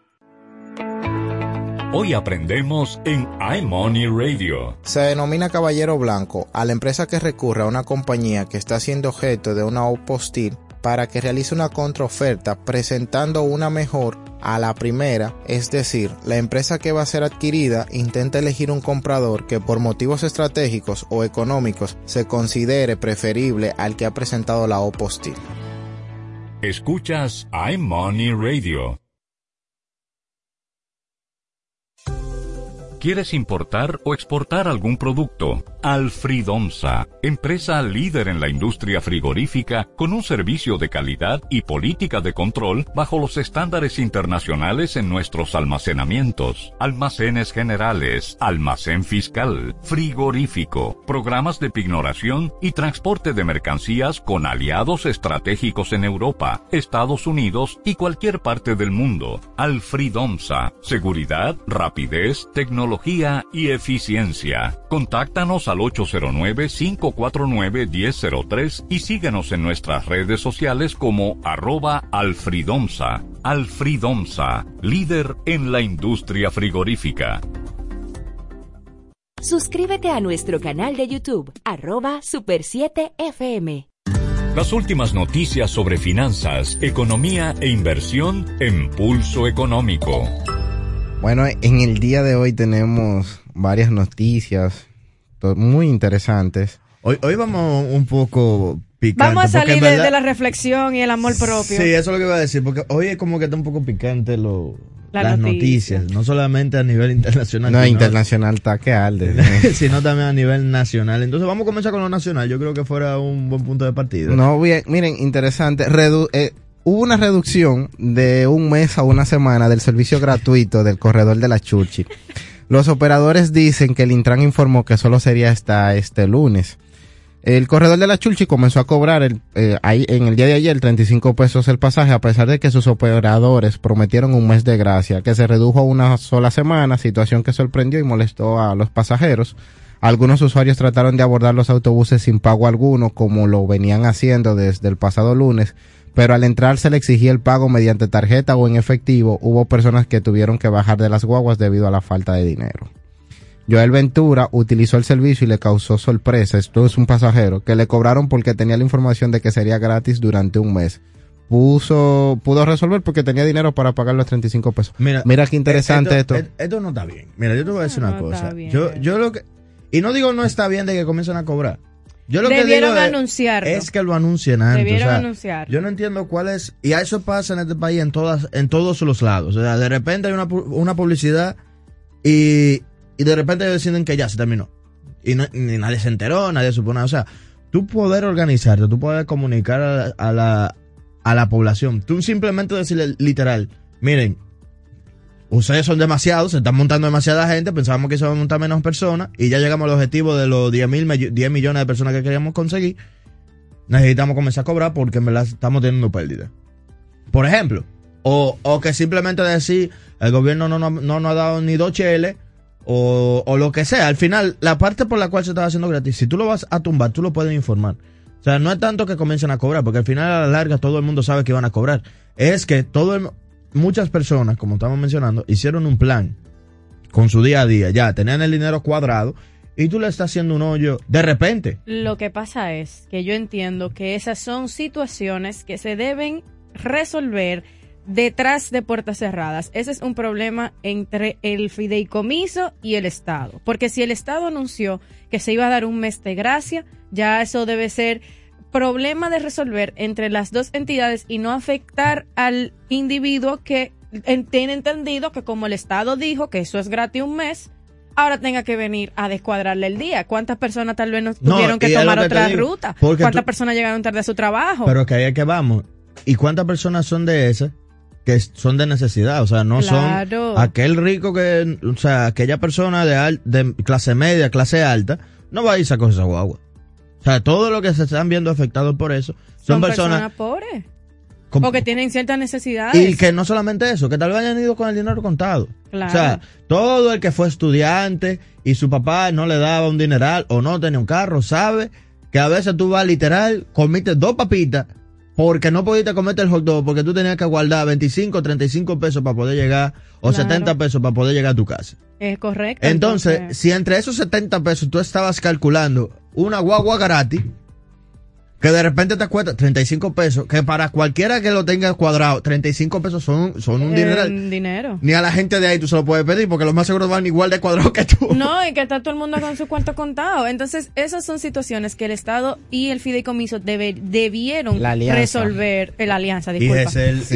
Hoy aprendemos en iMoney Radio. Se denomina caballero blanco a la empresa que recurre a una compañía que está siendo objeto de una opostil para que realice una contraoferta presentando una mejor a la primera, es decir, la empresa que va a ser adquirida intenta elegir un comprador que por motivos estratégicos o económicos se considere preferible al que ha presentado la opostil. Escuchas iMoney Radio. ¿Quieres importar o exportar algún producto? Alfridomsa, empresa líder en la industria frigorífica con un servicio de calidad y política de control bajo los estándares internacionales en nuestros almacenamientos, almacenes generales, almacén fiscal, frigorífico, programas de pignoración y transporte de mercancías con aliados estratégicos en Europa, Estados Unidos y cualquier parte del mundo. Alfridomsa, seguridad, rapidez, tecnología y eficiencia. Contáctanos al 809-549-1003 y síguenos en nuestras redes sociales como @Alfridomsa. Alfridomsa, líder en la industria frigorífica. Suscríbete a nuestro canal de YouTube, @Super7FM. Las últimas noticias sobre finanzas, economía e inversión en Pulso Económico. Bueno, en el día de hoy tenemos varias noticias muy interesantes. Hoy vamos un poco picante. Vamos a salir de la reflexión y el amor propio. Sí, eso es lo que iba a decir, porque hoy es como que está un poco picante las noticias, no solamente a nivel internacional. No, internacional está que arde. Sino también a nivel nacional. Entonces vamos a comenzar con lo nacional. Yo creo que fuera un buen punto de partida. No, bien, miren, interesante. Hubo una reducción de un mes a una semana del servicio gratuito del corredor de la Churchill. Los operadores dicen que el Intran informó que solo sería hasta este lunes. El corredor de la Churchill comenzó a cobrar ahí en el día de ayer 35 pesos el pasaje, a pesar de que sus operadores prometieron un mes de gracia, que se redujo a una sola semana, situación que sorprendió y molestó a los pasajeros. Algunos usuarios trataron de abordar los autobuses sin pago alguno, como lo venían haciendo desde el pasado lunes, pero al entrar se le exigía el pago mediante tarjeta o en efectivo. Hubo personas que tuvieron que bajar de las guaguas debido a la falta de dinero. Joel Ventura utilizó el servicio y le causó sorpresa. Esto es un pasajero que le cobraron porque tenía la información de que sería gratis durante un mes. Pudo resolver porque tenía dinero para pagar los 35 pesos. Mira qué interesante esto. Esto no está bien. Mira, yo te voy a decir una cosa. Yo lo que, y no digo no está bien de que comiencen a cobrar. Yo lo Debieron que digo anunciarlo. es que lo anuncien antes. Debieron anunciarlo. Yo no entiendo cuál es, y a eso pasa en este país en todos los lados. O sea, de repente hay una publicidad y de repente ellos deciden que ya se terminó. Y ni nadie se enteró, nadie supo nada. O sea, tú poder organizarte, tú poder comunicar a la población. Tú simplemente decirle literal, miren, ustedes son demasiados, se están montando demasiada gente, pensábamos que se iban a montar menos personas y ya llegamos al objetivo de los 10 millones de personas que queríamos conseguir. Necesitamos comenzar a cobrar porque en verdad estamos teniendo pérdida. Por ejemplo, O que simplemente decir, el gobierno no ha dado ni 2 cheles, o lo que sea. Al final, la parte por la cual se estaba haciendo gratis, si tú lo vas a tumbar, tú lo puedes informar. O sea, no es tanto que comiencen a cobrar, porque al final a la larga todo el mundo sabe que van a cobrar. Es que muchas personas, como estamos mencionando, hicieron un plan con su día a día, ya tenían el dinero cuadrado, y tú le estás haciendo un hoyo de repente. Lo que pasa es que yo entiendo que esas son situaciones que se deben resolver detrás de puertas cerradas. Ese es un problema entre el fideicomiso y el Estado. Porque si el Estado anunció que se iba a dar un mes de gracia, ya eso debe ser problema de resolver entre las dos entidades y no afectar al individuo que tiene entendido que como el Estado dijo que eso es gratis un mes, ahora tenga que venir a descuadrarle el día. ¿Cuántas personas tal vez no tuvieron que tomar otra ruta? ¿Cuántas personas llegaron tarde a su trabajo? Pero que ahí es que vamos. ¿Y cuántas personas son de esas que son de necesidad? O sea, no son aquel rico que, o sea, aquella persona de clase media, clase alta, no va a irse a coger esa guagua. O sea, todo lo que se están viendo afectados por eso son personas pobres. O que tienen ciertas necesidades. Y que no solamente eso, que tal vez hayan ido con el dinero contado. Claro. O sea, todo el que fue estudiante y su papá no le daba un dineral o no tenía un carro, sabe que a veces tú vas literal, comiste 2 papitas porque no pudiste comerte el hot dog porque tú tenías que guardar 25, 35 pesos para poder llegar o 70 pesos para poder llegar a tu casa. Es correcto. Entonces, si entre esos 70 pesos tú estabas calculando una guagua gratis, que de repente te cuesta 35 pesos, que para cualquiera que lo tenga cuadrado, 35 pesos son un dinero. Ni a la gente de ahí tú se lo puedes pedir, porque los más seguros van igual de cuadrados que tú. No, y que está todo el mundo con su cuarto contado. Entonces, esas son situaciones que el Estado y el fideicomiso debieron resolver. La alianza, disculpa.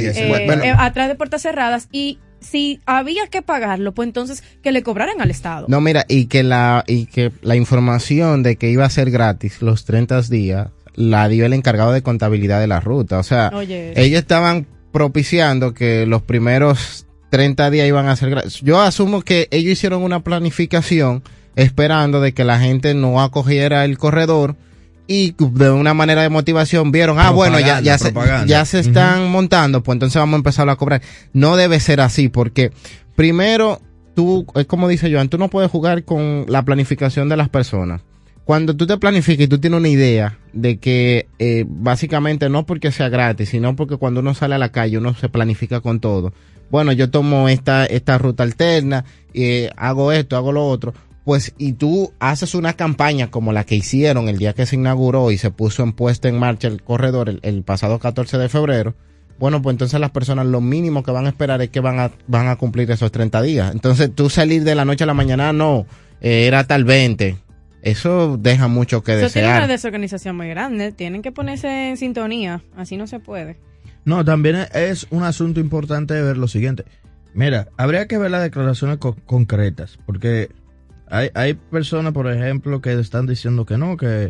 Atrás de puertas cerradas, y si había que pagarlo, pues entonces que le cobraran al Estado. No, mira, y que la información de que iba a ser gratis los 30 días la dio el encargado de contabilidad de la ruta. O sea, ellos estaban propiciando que los primeros 30 días iban a ser gratis. Yo asumo que ellos hicieron una planificación esperando de que la gente no acogiera el corredor y de una manera de motivación vieron, bueno, ya se están montando, pues entonces vamos a empezar a cobrar. No debe ser así, porque primero, tú, es como dice Joan, tú no puedes jugar con la planificación de las personas. Cuando tú te planificas y tú tienes una idea de que básicamente no porque sea gratis, sino porque cuando uno sale a la calle uno se planifica con todo. Bueno, yo tomo esta ruta alterna, hago esto, hago lo otro. Pues, y tú haces una campaña como la que hicieron el día que se inauguró y se puso puesta en marcha el corredor el pasado 14 de febrero. Bueno, pues entonces las personas lo mínimo que van a esperar es que van a cumplir esos 30 días. Entonces tú salir de la noche a la mañana, era hasta el 20. Eso deja mucho que desear. Eso tiene una desorganización muy grande. Tienen que ponerse en sintonía. Así no se puede. No, también es un asunto importante ver lo siguiente. Mira, habría que ver las declaraciones concretas. Porque hay personas, por ejemplo, que están diciendo que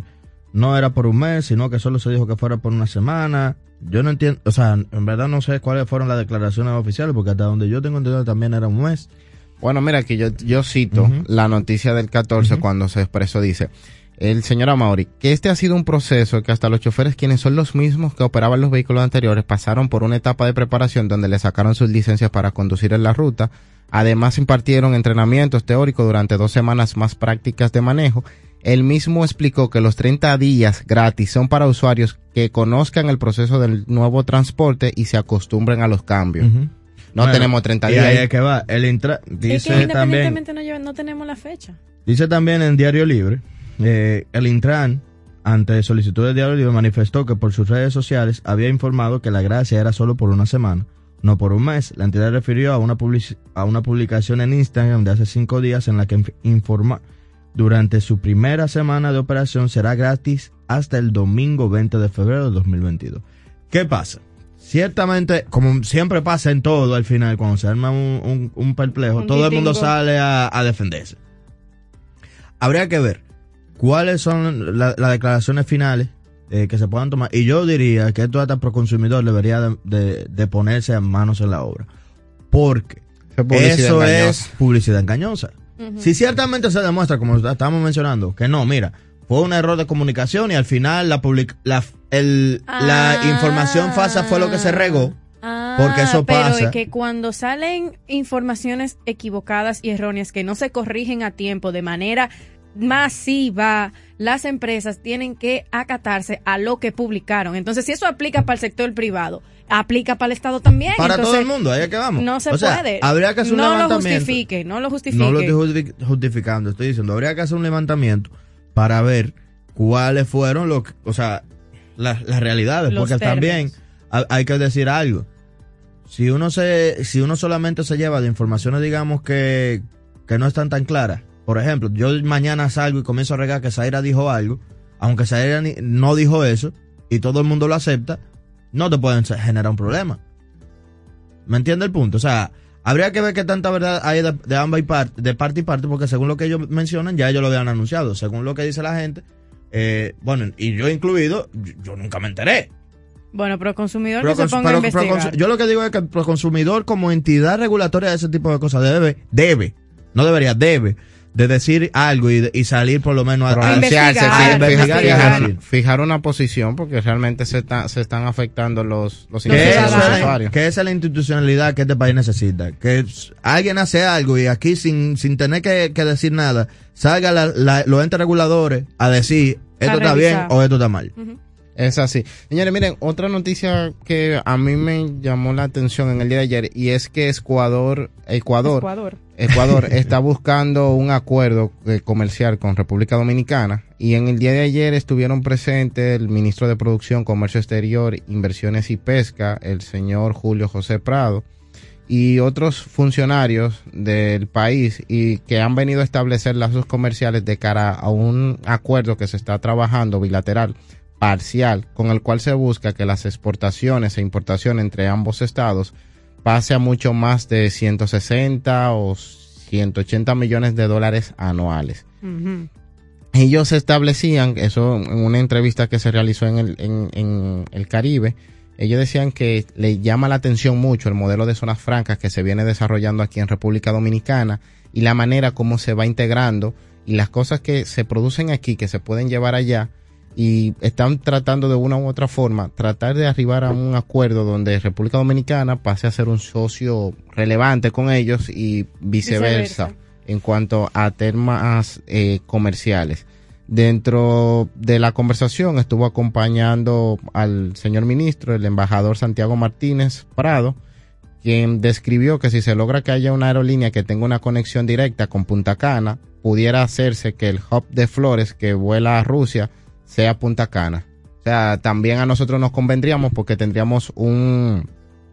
no era por un mes, sino que solo se dijo que fuera por una semana. Yo no entiendo, o sea, en verdad no sé cuáles fueron las declaraciones oficiales, porque hasta donde yo tengo entendido también era un mes. Bueno, mira, aquí yo cito la noticia del 14 cuando se expresó, dice, el señor Amaury, que este ha sido un proceso que hasta los choferes, quienes son los mismos que operaban los vehículos anteriores, pasaron por una etapa de preparación donde le sacaron sus licencias para conducir en la ruta. Además, impartieron entrenamientos teóricos durante 2 semanas más prácticas de manejo. Él mismo explicó que los 30 días gratis son para usuarios que conozcan el proceso del nuevo transporte y se acostumbren a los cambios. No tenemos 30 días. Y ahí es que va. Dice es que independientemente no tenemos la fecha. Dice también en Diario Libre, el Intran, ante solicitud de Diario Libre, manifestó que por sus redes sociales había informado que la gracia era solo por una semana, no por un mes. La entidad refirió a una publicación en Instagram de hace 5 días en la que informa: durante su primera semana de operación será gratis hasta el domingo 20 de febrero de 2022. ¿Qué pasa? Ciertamente, como siempre pasa en todo, al final, cuando se arma un perplejo, todo el mundo sale a defenderse. Habría que ver cuáles son las declaraciones finales que se puedan tomar. Y yo diría que esto hasta pro consumidor debería de ponerse manos en la obra. Porque eso es publicidad engañosa. Si ciertamente se demuestra, como estamos mencionando, que no, mira, fue un error de comunicación y al final la información falsa fue lo que se regó. Porque eso pasa. Pero es que cuando salen informaciones equivocadas y erróneas que no se corrigen a tiempo de manera masiva, las empresas tienen que acatarse a lo que publicaron. Entonces, si eso aplica para el sector privado, aplica para el Estado también. Para entonces, todo el mundo, ahí es que vamos. No se sea, puede. Habría que hacer un levantamiento. No lo justifique. No lo estoy justificando, estoy diciendo, habría que hacer un levantamiento para ver cuáles fueron las realidades, Los porque términos. también hay que decir algo. Si uno solamente se lleva de informaciones, digamos, que no están tan claras. Por ejemplo, yo mañana salgo y comienzo a regar que Zaira dijo algo, aunque Zaira no dijo eso, y todo el mundo lo acepta, no te pueden generar un problema. ¿Me entiende el punto? O sea, habría que ver qué tanta verdad hay de ambas partes, de parte y parte, porque según lo que ellos mencionan, ya ellos lo habían anunciado. Según lo que dice la gente, bueno, y yo incluido, yo nunca me enteré. Bueno, pero el consumidor que se ponga a investigar. Yo lo que digo es que el consumidor, como entidad regulatoria de ese tipo de cosas, debe de decir algo y salir por lo menos a investigar, fijar una posición, porque realmente se están afectando los usuarios. Que esa es la institucionalidad que este país necesita. Que alguien hace algo y aquí sin tener que decir nada, salga los entes reguladores a decir esto está bien o esto está mal. Uh-huh. Es así. Señores, miren, otra noticia que a mí me llamó la atención en el día de ayer, y es que Ecuador está buscando un acuerdo comercial con República Dominicana, y en el día de ayer estuvieron presentes el ministro de Producción, Comercio Exterior, Inversiones y Pesca, el señor Julio José Prado, y otros funcionarios del país, y que han venido a establecer lazos comerciales de cara a un acuerdo que se está trabajando bilateral parcial, con el cual se busca que las exportaciones e importaciones entre ambos estados pase a mucho más de 160 o 180 millones de dólares anuales. Uh-huh. Ellos establecían, eso en una entrevista que se realizó en el Caribe, ellos decían que le llama la atención mucho el modelo de zonas francas que se viene desarrollando aquí en República Dominicana, y la manera como se va integrando, y las cosas que se producen aquí que se pueden llevar allá, y están tratando de una u otra forma tratar de arribar a un acuerdo donde República Dominicana pase a ser un socio relevante con ellos y viceversa. En cuanto a temas comerciales. Dentro de la conversación estuvo acompañando al señor ministro, el embajador Santiago Martínez Prado, quien describió que si se logra que haya una aerolínea que tenga una conexión directa con Punta Cana, pudiera hacerse que el hub de flores que vuela a Rusia sea Punta Cana. O sea, también a nosotros nos convendríamos, porque tendríamos un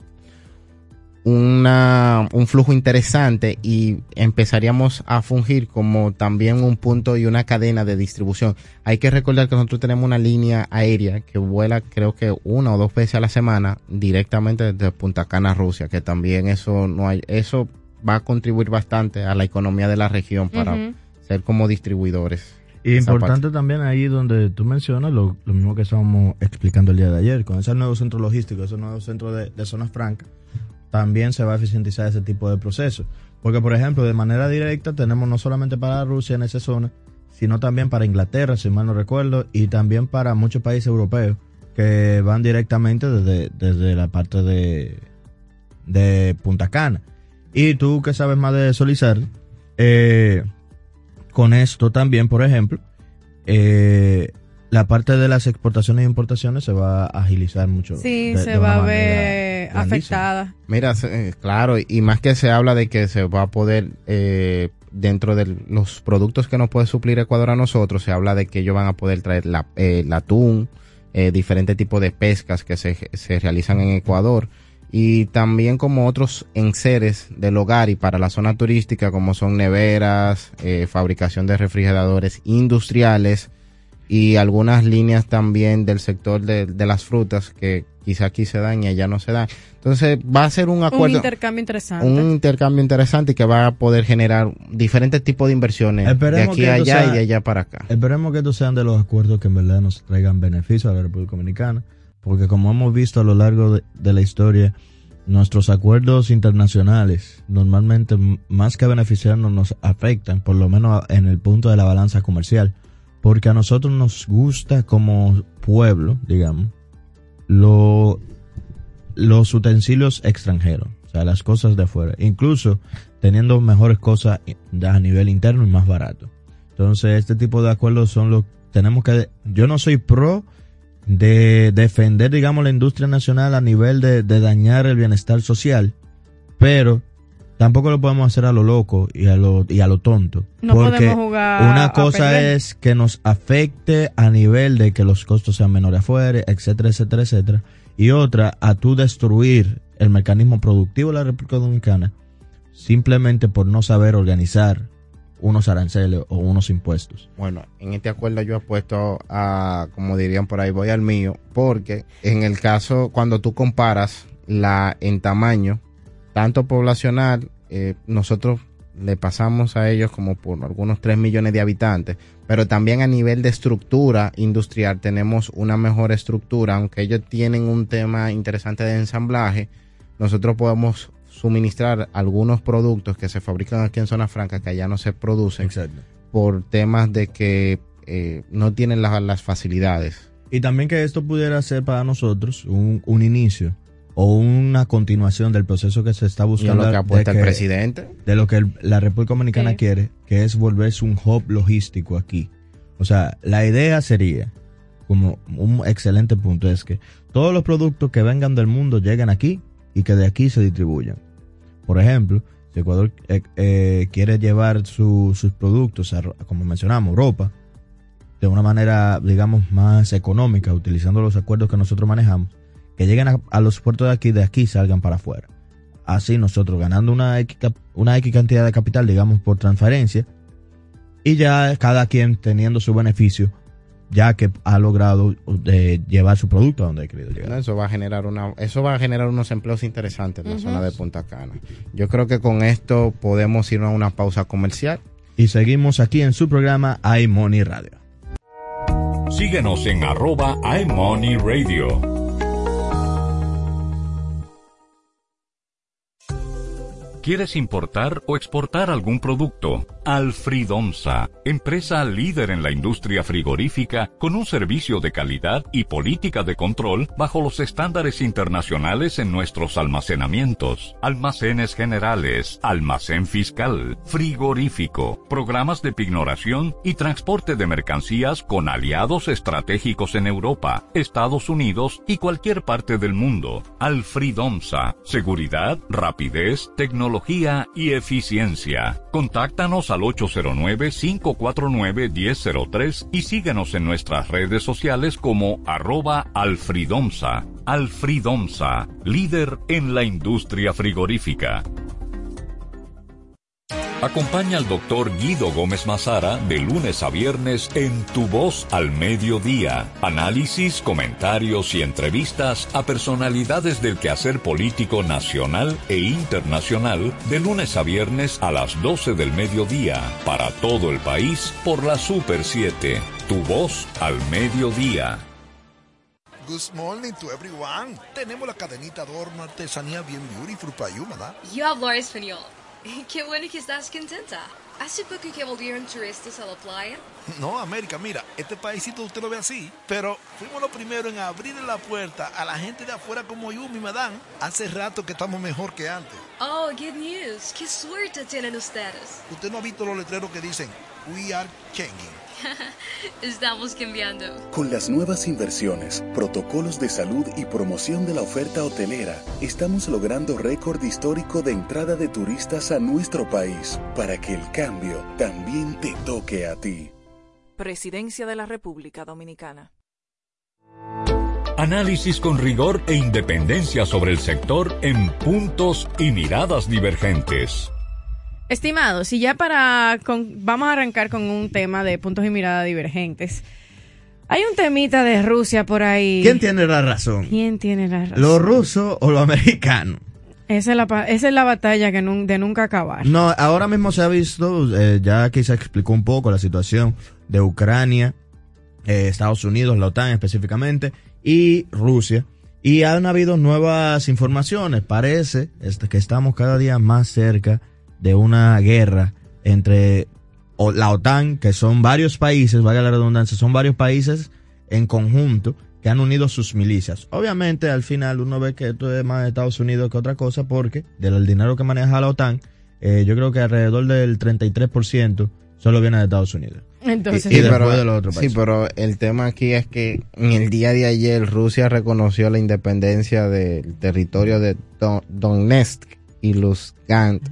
flujo interesante y empezaríamos a fungir como también un punto y una cadena de distribución. Hay que recordar que nosotros tenemos una línea aérea que vuela, creo que 1 o 2 veces a la semana directamente desde Punta Cana, Rusia, que también eso va a contribuir bastante a la economía de la región para ser como distribuidores. Y importante también ahí donde tú mencionas lo mismo que estábamos explicando el día de ayer, con ese nuevo centro logístico, ese nuevo centro de zonas francas, también se va a eficientizar ese tipo de procesos. Porque, por ejemplo, de manera directa tenemos no solamente para Rusia en esa zona, sino también para Inglaterra, si mal no recuerdo, y también para muchos países europeos que van directamente desde la parte de Punta Cana. Y tú que sabes más de Solizar, con esto también, por ejemplo, la parte de las exportaciones e importaciones se va a agilizar mucho. Sí, se va a ver afectada. Mira, claro, y más que se habla de que se va a poder, dentro de los productos que nos puede suplir Ecuador a nosotros, se habla de que ellos van a poder traer el atún, diferentes tipos de pescas que se realizan en Ecuador, y también como otros enseres del hogar y para la zona turística, como son neveras, fabricación de refrigeradores industriales, y algunas líneas también del sector de las frutas que quizá aquí se dan y allá no se dan. Entonces va a ser un acuerdo, un intercambio interesante y que va a poder generar diferentes tipos de inversiones de aquí a allá y de allá para acá. Esperemos que estos sean de los acuerdos que en verdad nos traigan beneficios a la República Dominicana, porque como hemos visto a lo largo de la historia, nuestros acuerdos internacionales normalmente, más que beneficiarnos, nos afectan, por lo menos en el punto de la balanza comercial, porque a nosotros nos gusta como pueblo, digamos, los utensilios extranjeros, o sea, las cosas de afuera, incluso teniendo mejores cosas a nivel interno y más barato. Entonces, este tipo de acuerdos son los tenemos que. Yo no soy pro de defender, digamos, la industria nacional a nivel de dañar el bienestar social, pero tampoco lo podemos hacer a lo loco y a lo tonto. No porque podemos jugar una cosa es que nos afecte a nivel de que los costos sean menores afuera, etcétera, etcétera, etcétera. Y otra, a tú destruir el mecanismo productivo de la República Dominicana simplemente por no saber organizar unos aranceles o unos impuestos. Bueno, en este acuerdo yo apuesto a, como dirían por ahí, voy al mío, porque en el caso, cuando tú comparas en tamaño, tanto poblacional, nosotros le pasamos a ellos como por algunos 3 millones de habitantes, pero también a nivel de estructura industrial tenemos una mejor estructura, aunque ellos tienen un tema interesante de ensamblaje, nosotros podemos suministrar algunos productos que se fabrican aquí en Zona Franca que allá no se producen. Exacto. Por temas de que no tienen las facilidades. Y también que esto pudiera ser para nosotros un inicio o una continuación del proceso que se está buscando. Y lo que apuesta el presidente. De lo que la República Dominicana quiere, que es volverse un hub logístico aquí. O sea, la idea sería, como un excelente punto, es que todos los productos que vengan del mundo lleguen aquí y que de aquí se distribuyan. Por ejemplo, si Ecuador quiere llevar sus productos, como mencionamos, ropa, de una manera, digamos, más económica, utilizando los acuerdos que nosotros manejamos, que lleguen a los puertos de aquí salgan para afuera. Así nosotros ganando una X cantidad de capital, digamos, por transferencia, y ya cada quien teniendo su beneficio, ya que ha logrado llevar su producto a donde ha querido llegar. Eso va a generar unos empleos interesantes en la zona de Punta Cana. Yo creo que con esto podemos irnos a una pausa comercial. Y seguimos aquí en su programa iMoney Radio. Síguenos en @iMoneyRadio. ¿Quieres importar o exportar algún producto? Alfridomsa, empresa líder en la industria frigorífica con un servicio de calidad y política de control bajo los estándares internacionales en nuestros almacenamientos, almacenes generales, almacén fiscal, frigorífico, programas de pignoración y transporte de mercancías con aliados estratégicos en Europa, Estados Unidos y cualquier parte del mundo. Alfridomsa, seguridad, rapidez, tecnología y eficiencia. Contáctanos al 809-549-1003 y síguenos en nuestras redes sociales como @Alfridomsa. Alfridomsa, líder en la industria frigorífica. Acompaña al Dr. Guido Gómez Mazara de lunes a viernes en Tu Voz al Mediodía. Análisis, comentarios y entrevistas a personalidades del quehacer político nacional e internacional de lunes a viernes a las 12 del mediodía para todo el país por la Super 7. Tu Voz al Mediodía. Good morning to everyone. Tenemos la cadenita adorno artesanía bien beautiful para you, ¿verdad? Yo hablo español. Qué bueno que estás contenta. ¿Hace poco que volvieron turistas a la playa? No, América, mira, este paísito usted lo ve así, pero fuimos los primeros en abrir la puerta a la gente de afuera como yo, mi madame. Hace rato que estamos mejor que antes. Oh, good news. Qué suerte tienen ustedes. ¿Usted no ha visto los letreros que dicen We are changing? Estamos cambiando. Con las nuevas inversiones, protocolos de salud y promoción de la oferta hotelera, estamos logrando récord histórico de entrada de turistas a nuestro país, para que el cambio también te toque a ti. Presidencia de la República Dominicana. Análisis con rigor e independencia sobre el sector en puntos y miradas divergentes. Estimados, y ya vamos a arrancar con un tema de puntos y miradas divergentes. Hay un temita de Rusia por ahí. ¿Quién tiene la razón? ¿Quién tiene la razón? ¿Los rusos o los americanos? Esa es la batalla de nunca acabar. No, ahora mismo se ha visto, ya aquí se explicó un poco la situación de Ucrania, Estados Unidos, la OTAN específicamente, y Rusia. Y han habido nuevas informaciones. Parece que estamos cada día más cerca de una guerra entre la OTAN, que son varios países, valga la redundancia, son varios países en conjunto que han unido sus milicias. Obviamente, al final, uno ve que esto es más de Estados Unidos que otra cosa, porque del dinero que maneja la OTAN, yo creo que alrededor del 33% solo viene de Estados Unidos. Entonces, y después de los otros países. Sí, pero el tema aquí es que en el día de ayer Rusia reconoció la independencia del territorio de Donetsk y Lugansk,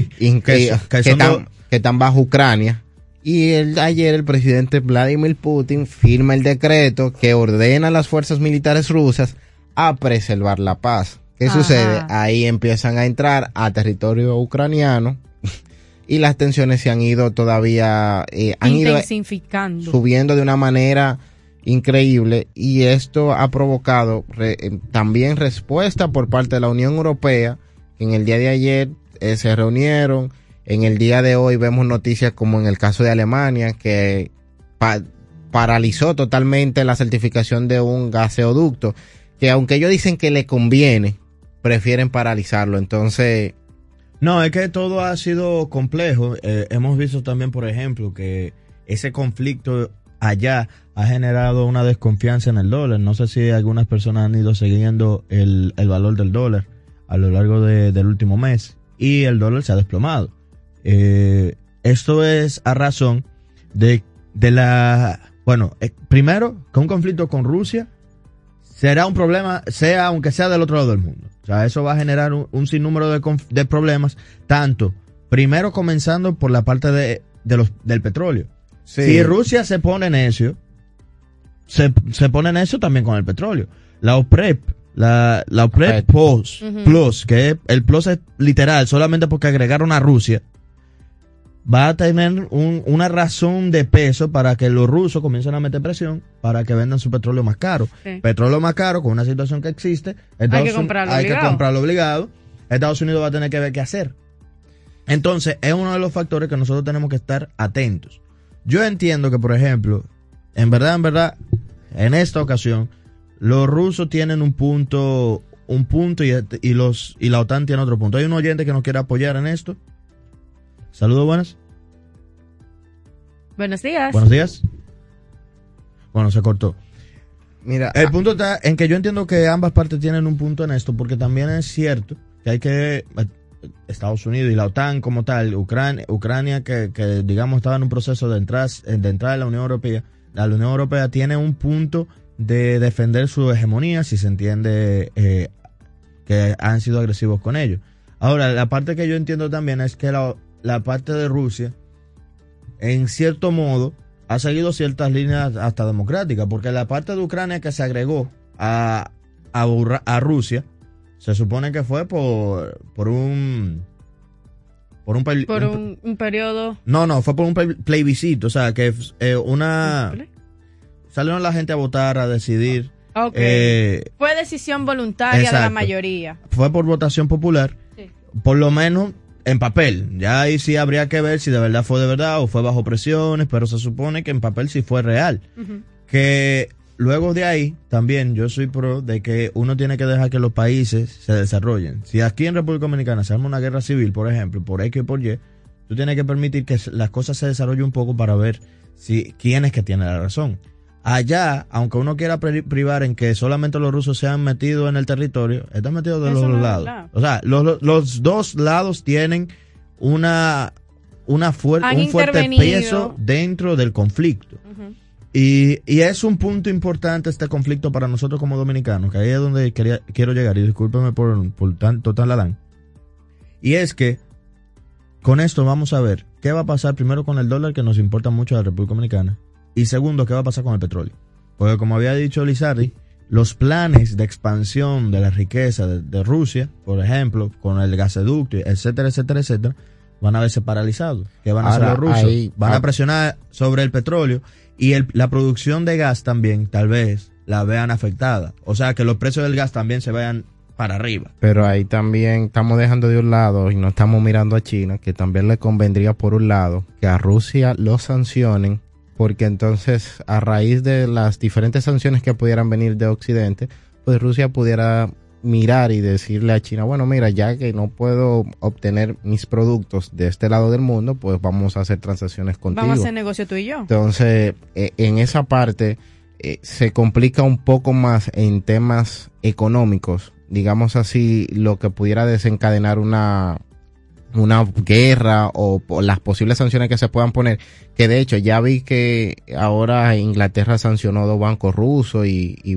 que están bajo Ucrania. Y ayer el presidente Vladimir Putin firma el decreto que ordena a las fuerzas militares rusas a preservar la paz. ¿Qué sucede? Ahí empiezan a entrar a territorio ucraniano y las tensiones se han ido todavía, han ido subiendo de una manera increíble, y esto ha provocado también respuesta por parte de la Unión Europea, que en el día de ayer se reunieron. En el día de hoy vemos noticias como en el caso de Alemania, que paralizó totalmente la certificación de un gaseoducto, que aunque ellos dicen que le conviene, prefieren paralizarlo. Entonces... No, es que todo ha sido complejo. Hemos visto también, por ejemplo, que ese conflicto allá ha generado una desconfianza en el dólar. No sé si algunas personas han ido siguiendo el valor del dólar a lo largo del último mes, y el dólar se ha desplomado. Esto es a razón de primero, que un conflicto con Rusia será un problema, aunque sea del otro lado del mundo. O sea, eso va a generar un sinnúmero de problemas, tanto, primero comenzando por la parte del petróleo. Sí. Si Rusia se pone necio, se pone necio también con el petróleo. La OPEP, la OPEP Plus, que el Plus es literal, solamente porque agregaron a Rusia, va a tener una razón de peso para que los rusos comiencen a meter presión para que vendan su petróleo más caro. Sí. Petróleo más caro, con una situación que existe, hay que comprarlo obligado. Estados Unidos va a tener que ver qué hacer. Entonces, es uno de los factores que nosotros tenemos que estar atentos. Yo entiendo que, por ejemplo, en verdad, en esta ocasión, los rusos tienen un punto y la OTAN tiene otro punto. Hay un oyente que nos quiere apoyar en esto. Saludos, buenas. Buenos días. Buenos días. Bueno, se cortó. Mira, el punto está en que yo entiendo que ambas partes tienen un punto en esto, porque también es cierto que Estados Unidos y la OTAN como tal, Ucrania que digamos estaba en un proceso de entrada a la Unión Europea. La Unión Europea tiene un punto de defender su hegemonía, si se entiende que han sido agresivos con ellos. Ahora, la parte que yo entiendo también es que la parte de Rusia, en cierto modo, ha seguido ciertas líneas hasta democráticas, porque la parte de Ucrania que se agregó a Rusia, se supone que fue por un periodo. No, fue por un plebiscito, o sea, que salieron la gente a votar, a decidir. Okay. Fue decisión voluntaria. Exacto. De la mayoría. Fue por votación popular, sí. Por lo menos en papel. Ya ahí sí habría que ver si de verdad fue de verdad o fue bajo presiones, pero se supone que en papel sí fue real. Uh-huh. Que luego de ahí, también yo soy pro de que uno tiene que dejar que los países se desarrollen. Si aquí en República Dominicana se arma una guerra civil, por ejemplo, por X o por Y, tú tienes que permitir que las cosas se desarrollen un poco para ver quién es que tiene la razón. Allá, aunque uno quiera privar en que solamente los rusos se han metido en el territorio, están metidos de los dos lados. O sea, los dos lados tienen un fuerte peso dentro del conflicto. Uh-huh. Y es un punto importante este conflicto para nosotros como dominicanos, que ahí es donde quiero llegar, y discúlpeme por tanto taladán. Y es que con esto vamos a ver qué va a pasar primero con el dólar, que nos importa mucho a la República Dominicana. Y segundo, ¿qué va a pasar con el petróleo? Porque como había dicho Lizardi, los planes de expansión de la riqueza de Rusia, por ejemplo, con el gasoducto, etcétera, van a verse paralizados. ¿Qué van a hacer los rusos? Van a presionar sobre el petróleo, y la producción de gas también, tal vez, la vean afectada. O sea, que los precios del gas también se vayan para arriba. Pero ahí también estamos dejando de un lado y no estamos mirando a China, que también le convendría por un lado que a Rusia lo sancionen, porque entonces a raíz de las diferentes sanciones que pudieran venir de Occidente, pues Rusia pudiera mirar y decirle a China, bueno, mira, ya que no puedo obtener mis productos de este lado del mundo, pues vamos a hacer transacciones contigo. Vamos a hacer negocio tú y yo. Entonces, en esa parte, se complica un poco más en temas económicos, digamos así, lo que pudiera desencadenar una guerra o las posibles sanciones que se puedan poner, que de hecho ya vi que ahora Inglaterra sancionó 2 bancos rusos y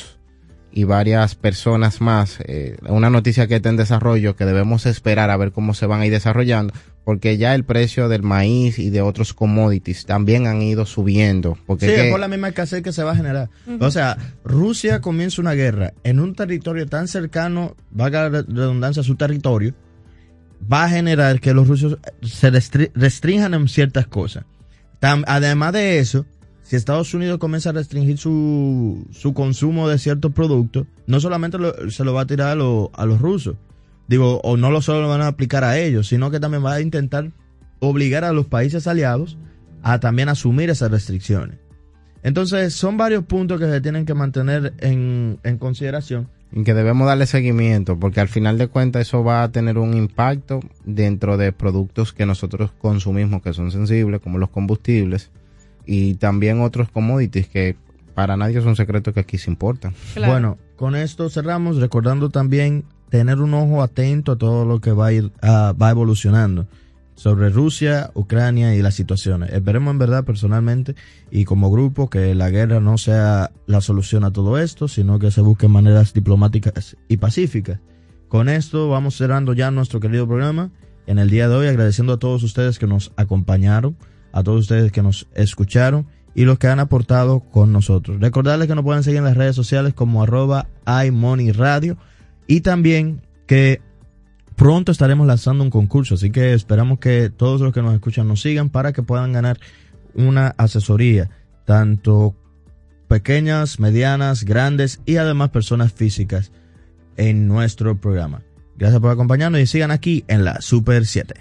varias personas más, una noticia que está en desarrollo que debemos esperar a ver cómo se van a ir desarrollando, porque ya el precio del maíz y de otros commodities también han ido subiendo. Porque sí, es por la misma escasez que se va a generar. O sea, Rusia comienza una guerra en un territorio tan cercano, valga la redundancia, a su territorio, va a generar que los rusos se restrinjan en ciertas cosas. Además de eso, si Estados Unidos comienza a restringir su consumo de ciertos productos, no solamente se lo va a tirar a los rusos, o no solo lo van a aplicar a ellos, sino que también va a intentar obligar a los países aliados a también asumir esas restricciones. Entonces, son varios puntos que se tienen que mantener en consideración. Y que debemos darle seguimiento, porque al final de cuentas eso va a tener un impacto dentro de productos que nosotros consumimos que son sensibles, como los combustibles, y también otros commodities que para nadie es un secreto que aquí se importan. Claro. Bueno, con esto cerramos, recordando también tener un ojo atento a todo lo que va evolucionando sobre Rusia, Ucrania y las situaciones. Esperemos en verdad, personalmente y como grupo, que la guerra no sea la solución a todo esto, sino que se busquen maneras diplomáticas y pacíficas. Con esto vamos cerrando ya nuestro querido programa en el día de hoy, agradeciendo a todos ustedes que nos acompañaron, a todos ustedes que nos escucharon y los que han aportado con nosotros. Recordarles que nos pueden seguir en las redes sociales como @imoneyradio y también que pronto estaremos lanzando un concurso, así que esperamos que todos los que nos escuchan nos sigan para que puedan ganar una asesoría, tanto pequeñas, medianas, grandes y además personas físicas en nuestro programa. Gracias por acompañarnos y sigan aquí en la Super 7.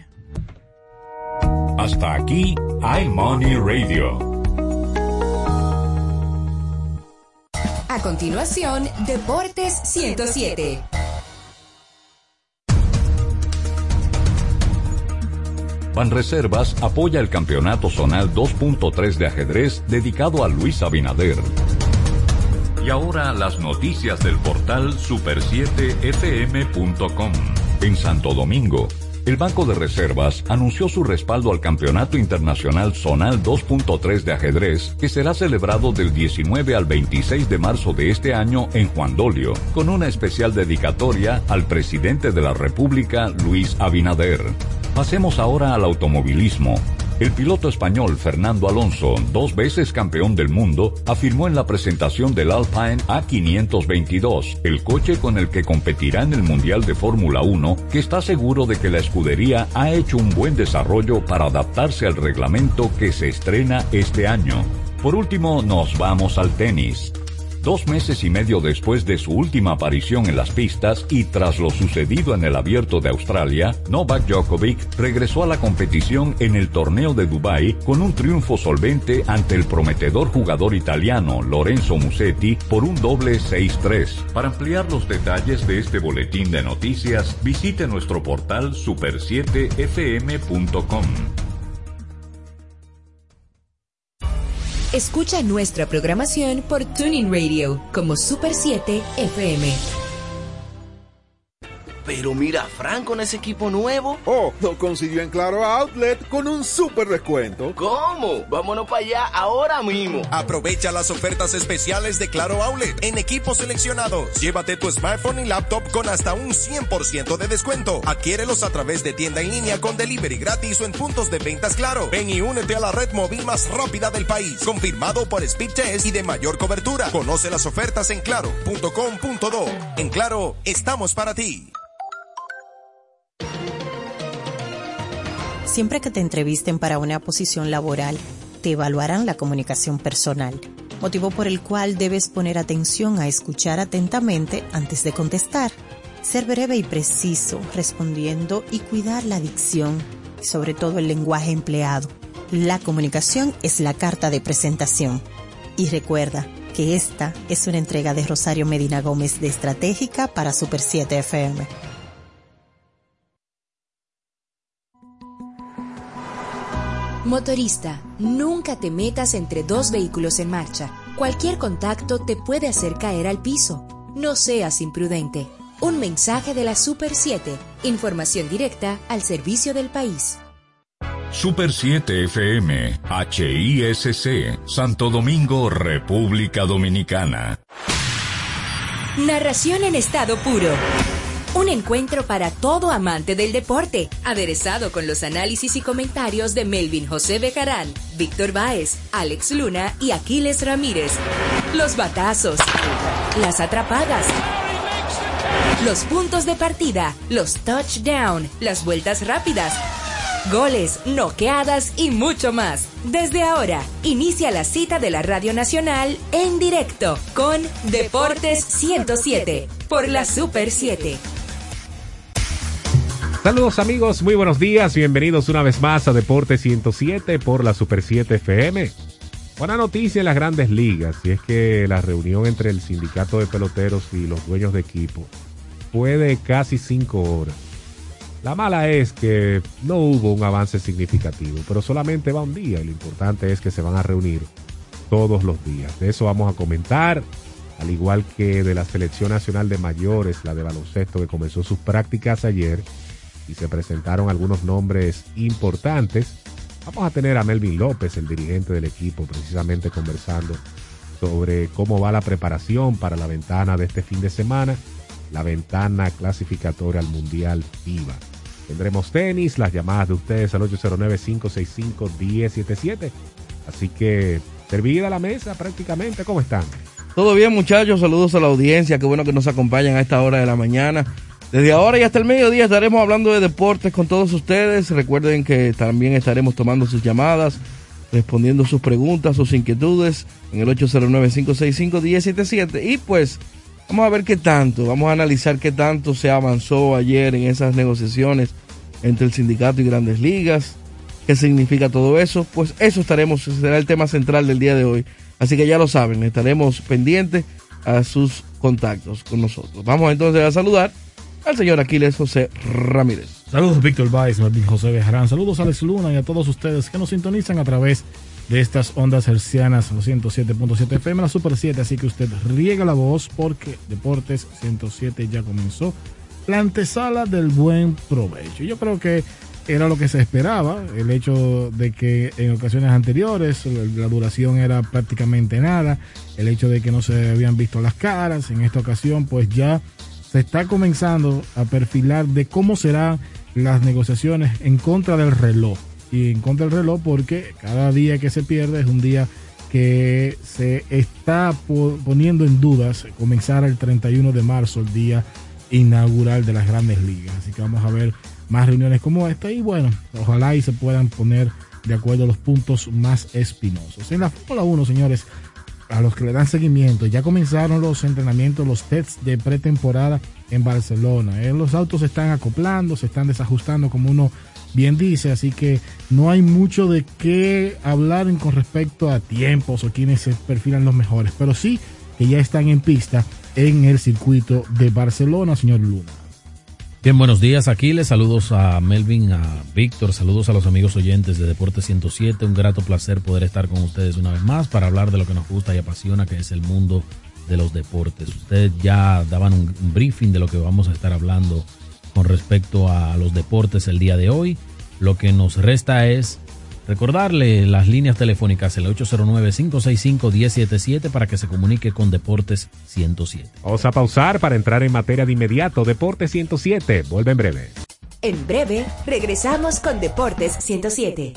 Hasta aquí iMoney Radio. A continuación, Deportes 107. Banreservas apoya el Campeonato Zonal 2.3 de ajedrez dedicado a Luis Abinader. Y ahora las noticias del portal super7fm.com. En Santo Domingo, el Banco de Reservas anunció su respaldo al Campeonato Internacional Zonal 2.3 de ajedrez, que será celebrado del 19 al 26 de marzo de este año en Juan Dolio, con una especial dedicatoria al presidente de la República, Luis Abinader. Pasemos ahora al automovilismo. El piloto español Fernando Alonso, 2 veces campeón del mundo, afirmó en la presentación del Alpine A522, el coche con el que competirá en el Mundial de Fórmula 1, que está seguro de que la escudería ha hecho un buen desarrollo para adaptarse al reglamento que se estrena este año. Por último, nos vamos al tenis. 2 meses y medio después de su última aparición en las pistas y tras lo sucedido en el Abierto de Australia, Novak Djokovic regresó a la competición en el torneo de Dubái con un triunfo solvente ante el prometedor jugador italiano Lorenzo Musetti por un doble 6-3. Para ampliar los detalles de este boletín de noticias, visite nuestro portal super7fm.com. Escucha nuestra programación por TuneIn Radio como Super 7 FM. Pero mira, Frank, con ese equipo nuevo. Oh, lo consiguió en Claro Outlet con un súper descuento. ¿Cómo? Vámonos para allá ahora mismo. Aprovecha las ofertas especiales de Claro Outlet en equipos seleccionados. Llévate tu smartphone y laptop con hasta un 100% de descuento. Adquiérelos a través de tienda en línea con delivery gratis o en puntos de ventas Claro. Ven y únete a la red móvil más rápida del país. Confirmado por Speed Test y de mayor cobertura. Conoce las ofertas en claro.com.do. En Claro, estamos para ti. Siempre que te entrevisten para una posición laboral, te evaluarán la comunicación personal, motivo por el cual debes poner atención a escuchar atentamente antes de contestar, ser breve y preciso respondiendo y cuidar la dicción y sobre todo el lenguaje empleado. La comunicación es la carta de presentación. Y recuerda que esta es una entrega de Rosario Medina Gómez de Estratégica para Super 7 FM. Motorista, nunca te metas entre 2 vehículos en marcha. Cualquier contacto te puede hacer caer al piso. No seas imprudente. Un mensaje de la Super 7. Información directa al servicio del país. Super 7 FM, HISC, Santo Domingo, República Dominicana. Narración en estado puro. Un encuentro para todo amante del deporte, aderezado con los análisis y comentarios de Melvin José Bejarán, Víctor Báez, Alex Luna y Aquiles Ramírez. Los batazos, las atrapadas, los puntos de partida, los touchdown, las vueltas rápidas, goles, noqueadas y mucho más. Desde ahora, inicia la cita de la Radio Nacional en directo con Deportes 107 por la Super 7. Saludos amigos, muy buenos días, bienvenidos una vez más a Deportes 107 por la Super 7 FM. Buena noticia en las grandes ligas, y es que la reunión entre el sindicato de peloteros y los dueños de equipo fue de casi 5 horas. La mala es que no hubo un avance significativo, pero solamente va un día y lo importante es que se van a reunir todos los días. De eso vamos a comentar, al igual que de la Selección Nacional de Mayores, la de baloncesto que comenzó sus prácticas ayer y se presentaron algunos nombres importantes. Vamos a tener a Melvin López, el dirigente del equipo, precisamente conversando sobre cómo va la preparación para la ventana de este fin de semana, la ventana clasificatoria al Mundial FIBA. Tendremos tenis, las llamadas de ustedes al 809-565-1077. Así que, servida la mesa prácticamente. ¿Cómo están? Todo bien, muchachos. Saludos a la audiencia. Qué bueno que nos acompañan a esta hora de la mañana. Desde ahora y hasta el mediodía estaremos hablando de deportes con todos ustedes. Recuerden que también estaremos tomando sus llamadas, respondiendo sus preguntas, sus inquietudes en el 809-565-1077. Y pues, vamos a ver qué tanto, vamos a analizar qué tanto se avanzó ayer en esas negociaciones entre el sindicato y Grandes Ligas. ¿Qué significa todo eso? Pues eso será el tema central del día de hoy. Así que ya lo saben, estaremos pendientes a sus contactos con nosotros. Vamos entonces a saludar al señor Aquiles José Ramírez. Saludos Víctor Báez, Melvin José Bejarán. Saludos a Alex Luna y a todos ustedes que nos sintonizan a través de estas ondas hercianas, 107.7 FM, la Super 7, así que usted riega la voz porque Deportes 107 ya comenzó. La antesala del buen provecho. Yo creo que era lo que se esperaba, el hecho de que en ocasiones anteriores la duración era prácticamente nada, el hecho de que no se habían visto las caras, en esta ocasión pues ya se está comenzando a perfilar de cómo serán las negociaciones en contra del reloj. Y en contra del reloj porque cada día que se pierde es un día que se está poniendo en dudas comenzar el 31 de marzo, el día inaugural de las Grandes Ligas. Así que vamos a ver más reuniones como esta y bueno, ojalá y se puedan poner de acuerdo los puntos más espinosos. En la Fórmula 1, señores, a los que le dan seguimiento, ya comenzaron los entrenamientos, los tests de pretemporada en Barcelona. Los autos se están acoplando, se están desajustando como uno bien dice, así que no hay mucho de qué hablar con respecto a tiempos o quiénes se perfilan los mejores, pero sí que ya están en pista en el circuito de Barcelona, señor Luna. Bien, buenos días, Aquiles, saludos a Melvin, a Víctor, saludos a los amigos oyentes de Deportes 107, un grato placer poder estar con ustedes una vez más para hablar de lo que nos gusta y apasiona, que es el mundo de los deportes. Ustedes ya daban un briefing de lo que vamos a estar hablando con respecto a los deportes el día de hoy. Lo que nos resta es recordarle las líneas telefónicas, el 809-565-1077 para que se comunique con Deportes 107. Vamos a pausar para entrar en materia de inmediato. Deportes 107, vuelve en breve. En breve, regresamos con Deportes 107.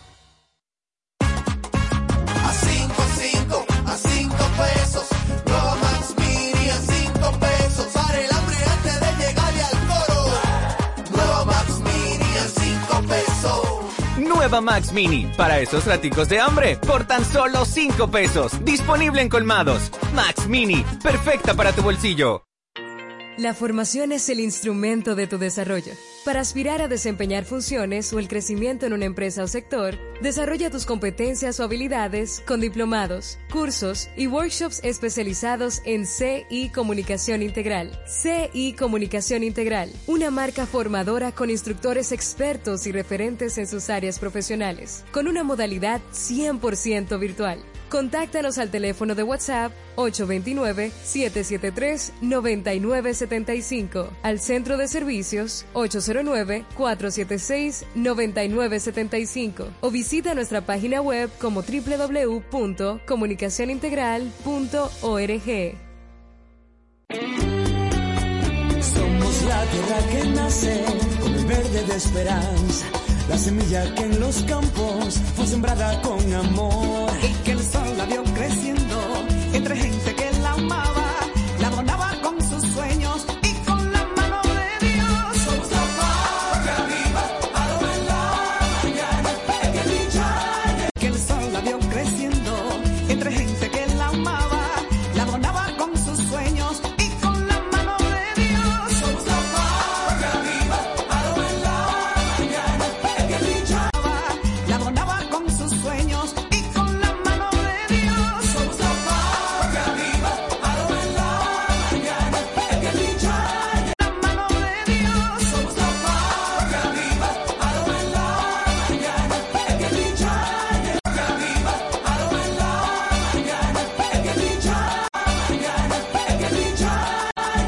Nueva Max Mini, para esos raticos de hambre, por tan solo 5 pesos. Disponible en colmados. Max Mini, perfecta para tu bolsillo. La formación es el instrumento de tu desarrollo. Para aspirar a desempeñar funciones o el crecimiento en una empresa o sector, desarrolla tus competencias o habilidades con diplomados, cursos y workshops especializados en CI Comunicación Integral. CI Comunicación Integral, una marca formadora con instructores expertos y referentes en sus áreas profesionales, con una modalidad 100% virtual. Contáctanos al teléfono de WhatsApp 829-773-9975, al centro de servicios 809-476-9975 o visita nuestra página web como www.comunicacionintegral.org. Somos la tierra que nace con el verde de esperanza, la semilla que en los campos fue sembrada con amor y que el sol la vio creciendo